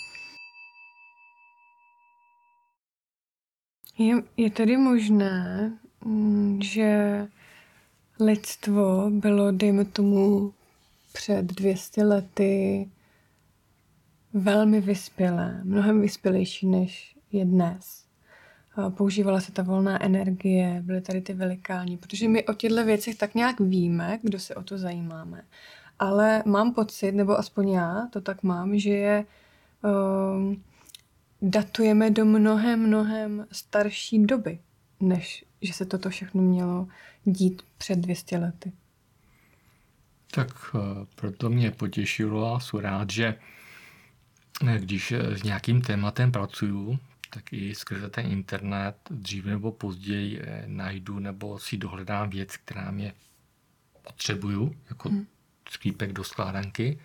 Je, je tedy možné, že lidstvo bylo, dejme tomu, před dvěma sty lety velmi vyspělé, mnohem vyspělejší, než je dnes. Používala se ta volná energie, byly tady ty velikáni, protože my o těchto věcech tak nějak víme, kdo se o to zajímáme. Ale mám pocit, nebo aspoň já to tak mám, že je um, datujeme do mnohem, mnohem starší doby, než že se toto všechno mělo dít před dvěma sty lety. Tak proto mě potěšilo a jsem rád, že když s nějakým tématem pracuju, tak i skrze ten internet dříve nebo později najdu nebo si dohledám věc, která mě potřebuju, jako hmm. sklípek do skládanky.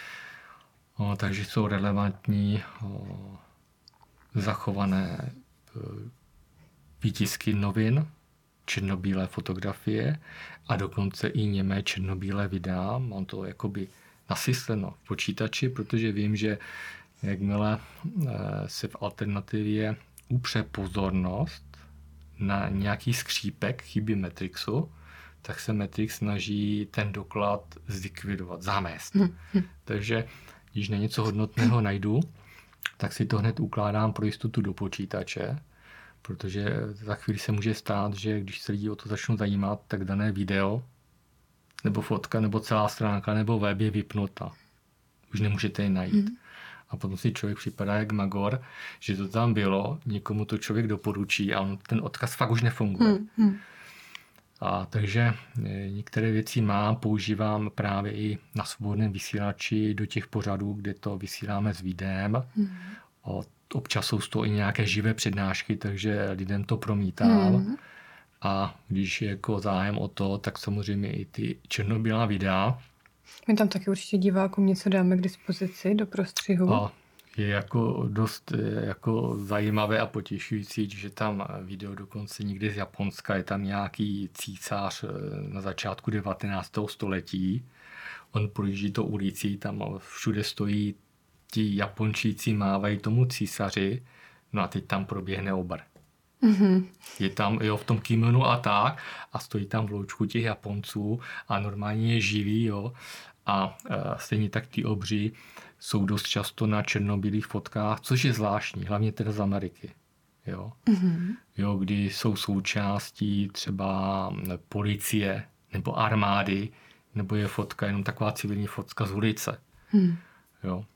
O, takže jsou relevantní o, zachované o, výtisky novin, černobílé fotografie a dokonce i němé černobílé videa. Mám to jakoby nasysleno v počítači, protože vím, že jakmile se v alternativě upře pozornost na nějaký skřípek chyby Matrixu, tak se Matrix snaží ten doklad zlikvidovat, zamést. Hmm. Takže když na něco hodnotného najdu, tak si to hned ukládám pro jistotu do počítače, protože za chvíli se může stát, že když se lidi o to začnou zajímat, tak dané video, nebo fotka, nebo celá stránka, nebo web je vypnuta. Už nemůžete je najít. Hmm. A potom si člověk připadá jak magor, že to tam bylo, někomu to člověk doporučí a on, ten odkaz fakt už nefunguje. Hmm. Hmm. A takže některé věci mám, používám právě i na svobodném vysílači do těch pořadů, kde to vysíláme s videem. Hmm. Občas jsou to i nějaké živé přednášky, takže lidem to promítám. Hmm. A když je jako zájem o to, tak samozřejmě i ty černobílá videa. My tam taky určitě divákům něco dáme k dispozici do prostřihu. A je jako dost jako zajímavé a potěšující, že tam video dokonce někde z Japonska, je tam nějaký císař na začátku devatenáctého století. On projíždí to ulicí, tam všude stojí ti Japončíci, mávají tomu císaři, no a teď tam proběhne obr. Mm-hmm. Je tam jo, v tom kimonu a tak a stojí tam v loučku těch Japonců a normálně je živý, jo. A e, stejně tak ty obři jsou dost často na černobílých fotkách, což je zvláštní, hlavně teda z Ameriky. Jo. Mm-hmm. Jo, kdy jsou součástí třeba policie nebo armády, nebo je fotka jenom taková civilní fotka z ulice. Mm. Jo.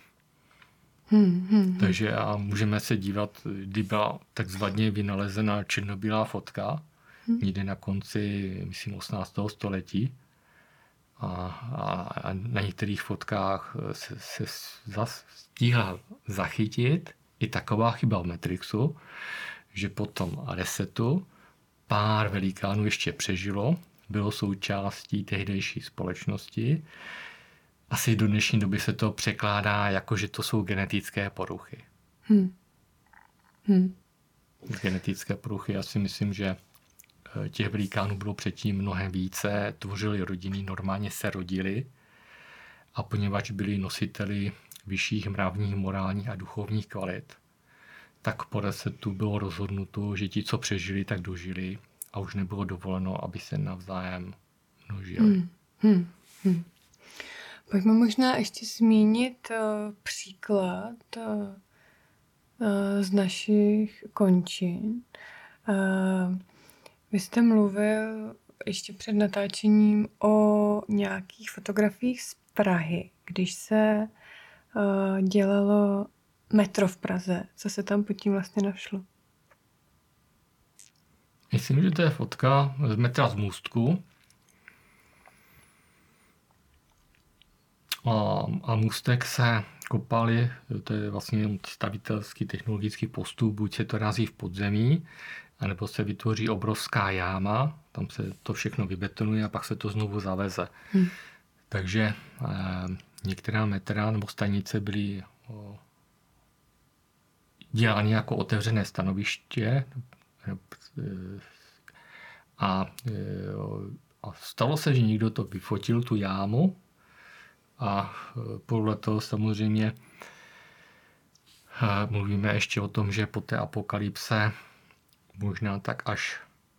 Hmm, hmm, Takže a můžeme se dívat, kdy byla takzvaně vynalezena černobílá fotka, hmm. někde na konci, myslím, osmnáctého století. A, a, a na některých fotkách se, se zas stihla zachytit i taková chyba v Matrixu, že po tom resetu pár velikánů ještě přežilo, bylo součástí tehdejší společnosti. Asi do dnešní doby se to překládá jako, že to jsou genetické poruchy. Hmm. Hmm. Genetické poruchy, já si myslím, že těch velikánů bylo předtím mnohem více, tvořili rodiny, normálně se rodili a poněvadž byli nositeli vyšších mravních, morálních a duchovních kvalit, tak po resetu bylo rozhodnuto, že ti, co přežili, tak dožili a už nebylo dovoleno, aby se navzájem množili. Hmm. Hmm. Hmm. Pojďme možná ještě zmínit uh, příklad uh, z našich končin. Uh, vy jste mluvil ještě před natáčením o nějakých fotografiích z Prahy, když se uh, dělalo metro v Praze. Co se tam pod tím vlastně našlo? Myslím, že to je fotka z metra z Můstku. A, a můstek se kopali, to je vlastně stavitelský technologický postup, buď se to razí v podzemí, anebo se vytvoří obrovská jáma, tam se to všechno vybetonuje a pak se to znovu zaveze. Hmm. Takže eh, některá metra nebo stanice byly o, dělány jako otevřené stanoviště a, a stalo se, že někdo to vyfotil, tu jámu, a podle toho samozřejmě mluvíme ještě o tom, že po té apokalypse možná tak až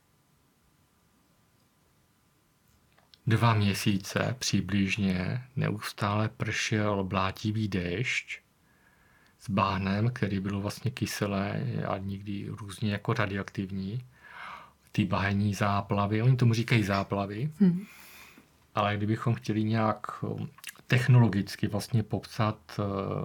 dva měsíce přibližně neustále pršel blátivý déšť s bahnem, který byl vlastně kyselé a někdy různě jako radioaktivní. Ty bahenní záplavy, oni tomu říkají záplavy, hmm. ale kdybychom chtěli nějak technologicky vlastně popsat,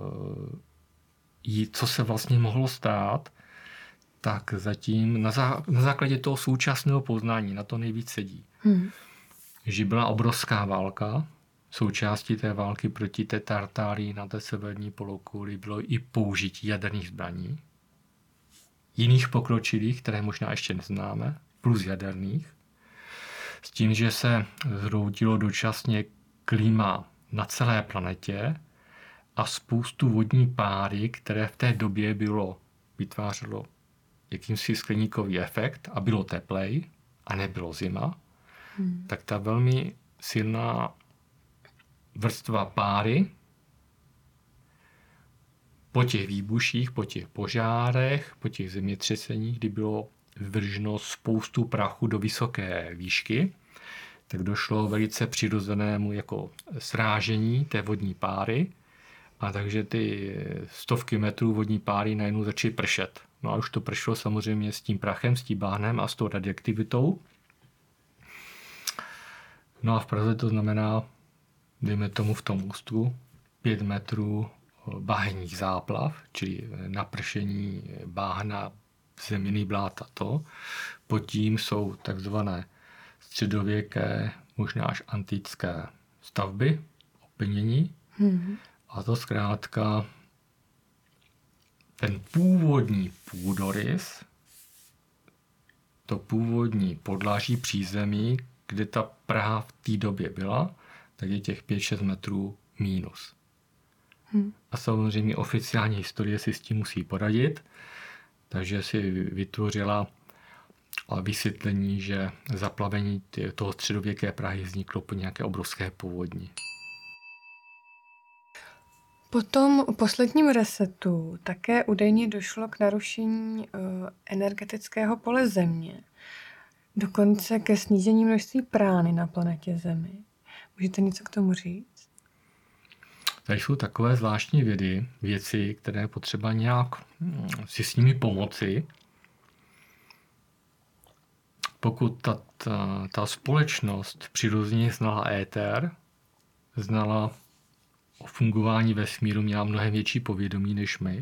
co se vlastně mohlo stát, tak zatím na, zá, na základě toho současného poznání na to nejvíc sedí. Hmm. Že byla obrovská válka, součástí té války proti té Tartárii na té severní polokouli bylo i použití jaderných zbraní, jiných pokročilých, které možná ještě neznáme, plus jaderných, s tím, že se zhroutilo dočasně klima na celé planetě a spoustu vodní páry, které v té době bylo, vytvářelo jakýmsi skleníkový efekt a bylo teplej a nebylo zima, hmm. tak ta velmi silná vrstva páry po těch výbuších, po těch požárech, po těch zemětřeseních, kdy bylo vrženo spoustu prachu do vysoké výšky, tak došlo velice přirozenému jako srážení té vodní páry a takže ty stovky metrů vodní páry najednou začaly pršet. No a už to pršelo samozřejmě s tím prachem, s tím bahnem a s tou radioaktivitou. No a v Praze to znamená, dejme tomu v tom ústku, pět metrů bahenních záplav, čili napršení báhna, zeminy bláta to. Pod tím jsou takzvané středověké, možná až antické stavby, opevnění. Hmm. A to zkrátka ten původní půdorys, to původní podlaží přízemí, kde ta Praha v té době byla, tak je těch pět šest metrů mínus. Hmm. A samozřejmě oficiální historie si s tím musí poradit, takže si vytvořila vysvětlení, že zaplavení toho středověké Prahy vzniklo po nějaké obrovské povodni. Po tom posledním resetu také údajně došlo k narušení uh, energetického pole Země. Dokonce ke snížení množství prány na planetě Zemi. Můžete něco k tomu říct? Tady jsou takové zvláštní vědy, věci, které je potřeba nějak si s nimi pomoci. Pokud ta, ta, ta společnost přirozeně znala éter, znala o fungování vesmíru, měla mnohem větší povědomí než my,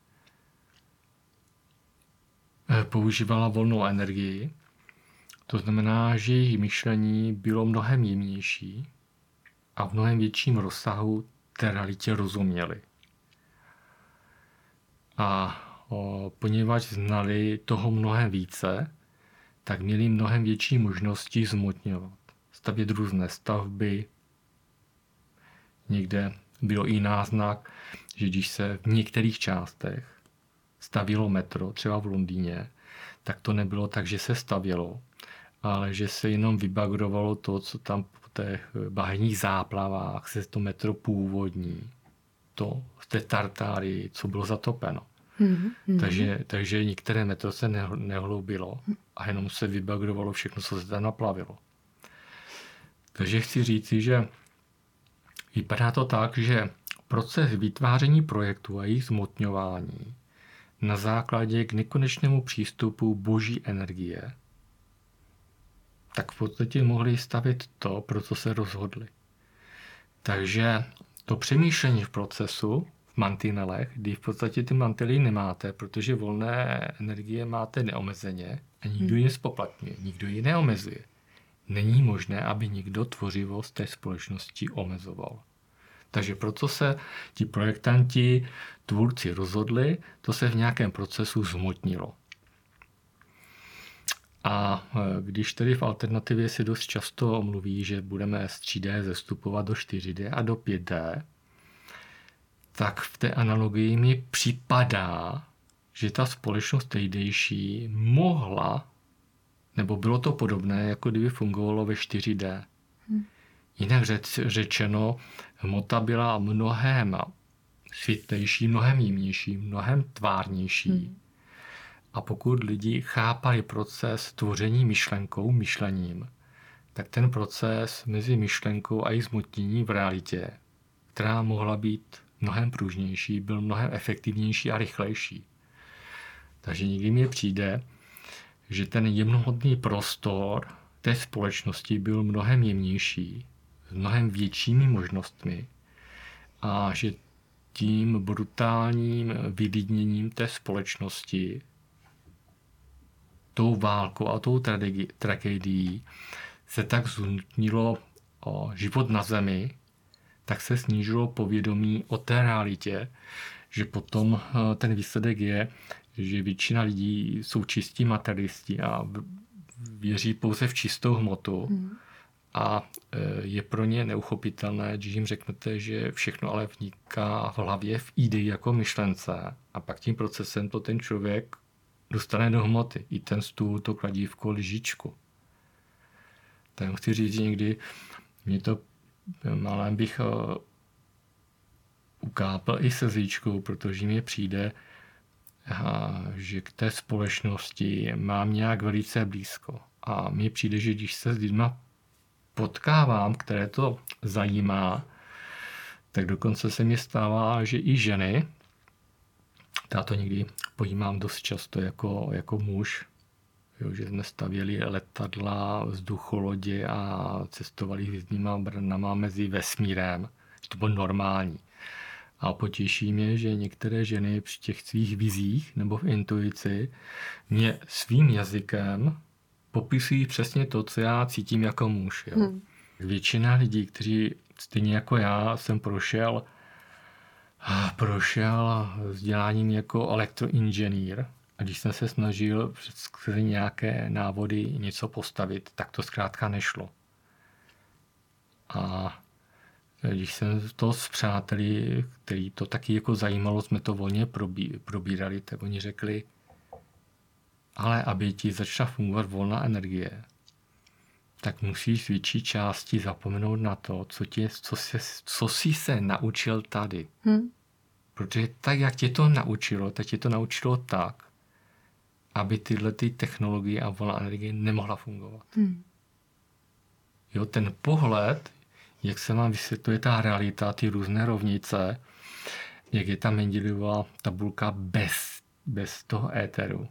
používala volnou energii, to znamená, že jejich myšlení bylo mnohem jemnější a v mnohem větším rozsahu té realitě rozuměli. A o, poněvadž znali toho mnohem více, tak měli mnohem větší možnosti zmotňovat. Stavět různé stavby. Někde byl i náznak, že když se v některých částech stavělo metro, třeba v Londýně, tak to nebylo tak, že se stavělo, ale že se jenom vybagrovalo to, co tam po těch bahenních záplavách se to metro původní, to z té Tartárii, co bylo zatopeno. Mm-hmm. Takže, takže některé metro se nehloubilo a jenom se vybagrovalo všechno, co se tam naplavilo. Takže chci říci, že vypadá to tak, že proces vytváření projektu a jejich zmotňování na základě k nekonečnému přístupu boží energie, tak v podstatě mohli stavit to, pro co se rozhodli. Takže to přemýšlení v procesu, v mantinelech, kdy v podstatě ty mantily nemáte, protože volné energie máte neomezeně a nikdo ji nespoplatňuje, nikdo ji neomezuje. Není možné, aby někdo tvořivost té společnosti omezoval. Takže proto se ti projektanti, tvůrci rozhodli, to se v nějakém procesu zmotnilo. A když tedy v alternativě si dost často mluví, že budeme z tři dé zestupovat do čtyři dé a do pět dé, tak v té analogii mi připadá, že ta společnost tehdejší mohla, nebo bylo to podobné, jako kdyby fungovalo ve čtyři dé. Hmm. Jinak řeč, řečeno, hmota byla mnohem světlejší, mnohem jemnější, mnohem tvárnější. Hmm. A pokud lidi chápali proces tvoření myšlenkou, myšlením, tak ten proces mezi myšlenkou a její zmotnění v realitě, která mohla být mnohem pružnější, byl mnohem efektivnější a rychlejší. Takže někdy mi přijde, že ten jemnohmotný prostor té společnosti byl mnohem jemnější, s mnohem většími možnostmi a že tím brutálním vylidněním té společnosti, tou válkou a tou tragédií se tak znutnilo o život na zemi, tak se snížilo povědomí o té realitě, že potom ten výsledek je, že většina lidí jsou čistí materialisti a věří pouze v čistou hmotu hmm. a je pro ně neuchopitelné, když jim řeknete, že všechno ale vniká v hlavě v ideji jako myšlence a pak tím procesem to ten člověk dostane do hmoty. I ten stůl, to kladívko, lyžičku. Tak chci říct, že někdy mě to malém bych ukápl i slzičkou, protože mi přijde, že k té společnosti mám nějak velice blízko. A mně přijde, že když se s lidma potkávám, které to zajímá, tak dokonce se mi stává, že i ženy, já to někdy pojímám dost často jako, jako muž, jo, že jsme stavěli letadla, vzducholodě a cestovali hvězdnýma branama mezi vesmírem, že to bylo normální. A potěší mě, že některé ženy při těch svých vizích nebo v intuici mě svým jazykem popisují přesně to, co já cítím jako muž. Jo. Hmm. Většina lidí, kteří stejně jako já jsem prošel prošel vzděláním jako elektroinženýr a když jsem se snažil přes nějaké návody něco postavit, tak to zkrátka nešlo. A když jsem to s přáteli, který to taky jako zajímalo, jsme to volně probí, probírali, tak oni řekli, ale aby ti začala fungovat volná energie, tak musíš z větší části zapomenout na to, co, tě, co, se, co jsi se naučil tady. Hmm. Protože tak, jak tě to naučilo, tak tě to naučilo tak, aby tyhle ty technologie a volná energie nemohla fungovat. Hmm. Jo, ten pohled, jak se vám vysvětluje ta realita, ty různé rovnice, jak je ta Mendelejova tabulka bez, bez toho éteru.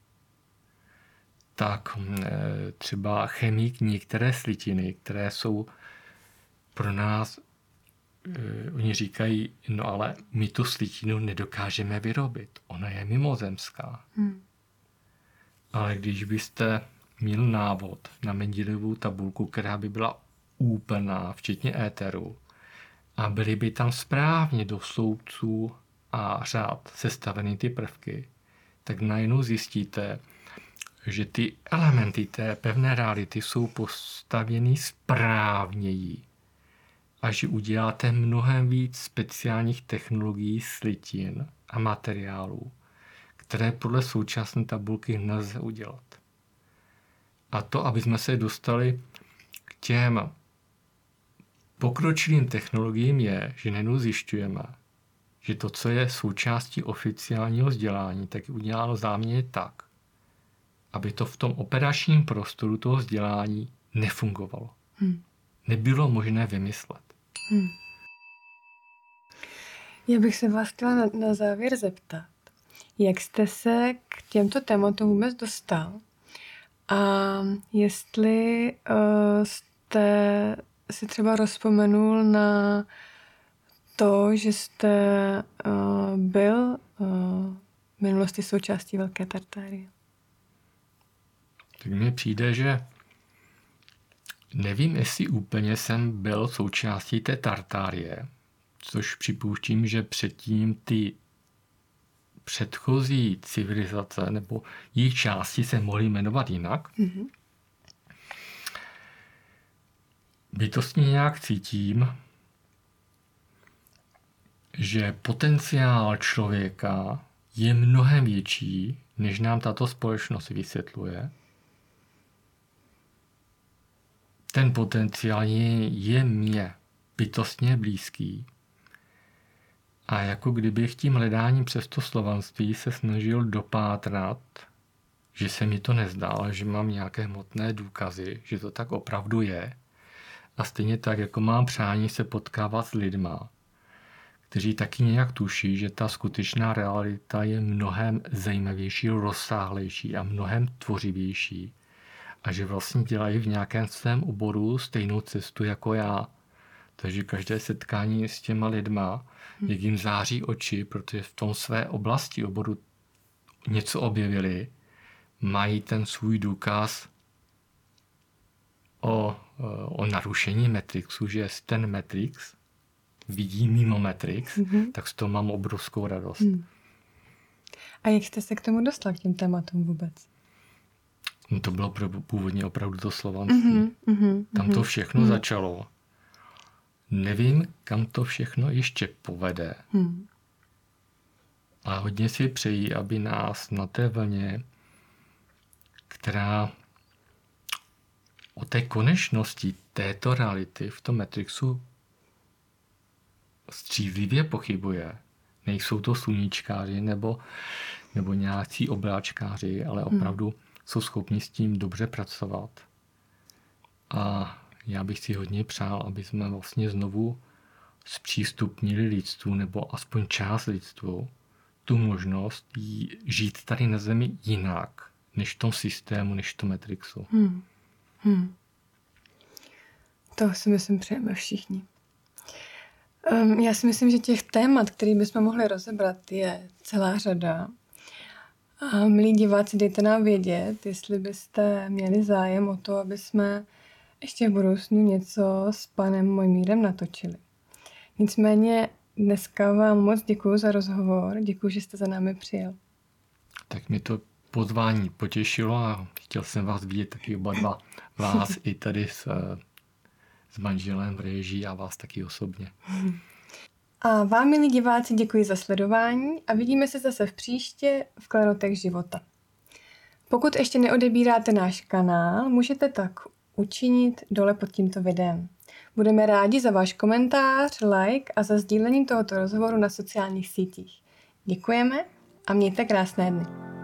Tak třeba chemik některé slitiny, které jsou pro nás, oni říkají, no ale my tu slitinu nedokážeme vyrobit. Ona je mimozemská. Hmm. Ale když byste měl návod na Mendelejevu tabulku, která by byla úplná, včetně éteru, a byly by tam správně do sloupců a řád sestaveny ty prvky, tak najednou zjistíte, že ty elementy té pevné reality jsou postavěny správněji a že uděláte mnohem víc speciálních technologií, slitin a materiálů, které podle současné tabulky nelze udělat. A to, aby jsme se dostali k těm pokročilým technologiím, je, že najednou zjišťujeme, že to, co je součástí oficiálního vzdělání, tak je uděláno záměrně tak, aby to v tom operačním prostoru toho vzdělání nefungovalo. Hmm. Nebylo možné vymyslet. Hmm. Já bych se vás chtěla na, na závěr zeptat, jak jste se k těmto tématům vůbec dostal a jestli uh, jste si třeba rozpomenul na to, že jste uh, byl uh, v minulosti součástí Velké Tartárie. Tak mně přijde, že nevím, jestli úplně jsem byl součástí té Tartárie, což připouštím, že předtím ty předchozí civilizace nebo jejich části se mohly jmenovat jinak. Mm-hmm. Bytostně nějak cítím, že potenciál člověka je mnohem větší, než nám tato společnost vysvětluje. Ten potenciál je, je mně bytostně blízký. A jako kdybych tím hledáním přes to slovanství se snažil dopátrat, že se mi to nezdá, že mám nějaké hmotné důkazy, že to tak opravdu je. A stejně tak, jako mám přání se potkávat s lidma, kteří taky nějak tuší, že ta skutečná realita je mnohem zajímavější, rozsáhlejší a mnohem tvořivější. A že vlastně dělají v nějakém svém oboru stejnou cestu jako já. Takže každé setkání s těma lidma, jak jim září oči, protože v tom své oblasti oboru něco objevili, mají ten svůj důkaz o, o narušení Matrixu, že ten Matrix vidí mimo Matrix, mm-hmm. tak z toho mám obrovskou radost. Mm. A jak jste se k tomu dostal, k těm tématům vůbec? No to bylo původně opravdu to slovanství. Mm-hmm, mm-hmm, Tam to všechno mm-hmm. začalo. Nevím, kam to všechno ještě povede. Mm. A hodně si přeji, aby nás na té vlně, která o té konečnosti této reality v tom Matrixu střízlivě pochybuje. Nejsou to sluníčkáři nebo, nebo nějací obláčkáři, ale opravdu hmm. jsou schopni s tím dobře pracovat. A já bych si hodně přál, aby jsme vlastně znovu zpřístupnili lidstvu, nebo aspoň část lidstvu, tu možnost žít tady na Zemi jinak, než v tom systému, než v tom Matrixu. Hmm. Hmm. To si myslím přejeme všichni. Um, já si myslím, že těch témat, které bychom mohli rozebrat, je celá řada. A milí diváci, dejte nám vědět, jestli byste měli zájem o to, aby jsme ještě v budoucnu něco s panem Mojmírem natočili. Nicméně dneska vám moc děkuju za rozhovor, děkuju, že jste za námi přijel. Tak mi to pozvání potěšilo a chtěl jsem vás vidět taky oba dva, vás i tady s, s manželem v režii a vás taky osobně. A vám, milí diváci, děkuji za sledování a vidíme se zase v příště v Klenotech života. Pokud ještě neodebíráte náš kanál, můžete tak učinit dole pod tímto videem. Budeme rádi za váš komentář, like a za sdílení tohoto rozhovoru na sociálních sítích. Děkujeme a mějte krásné dny.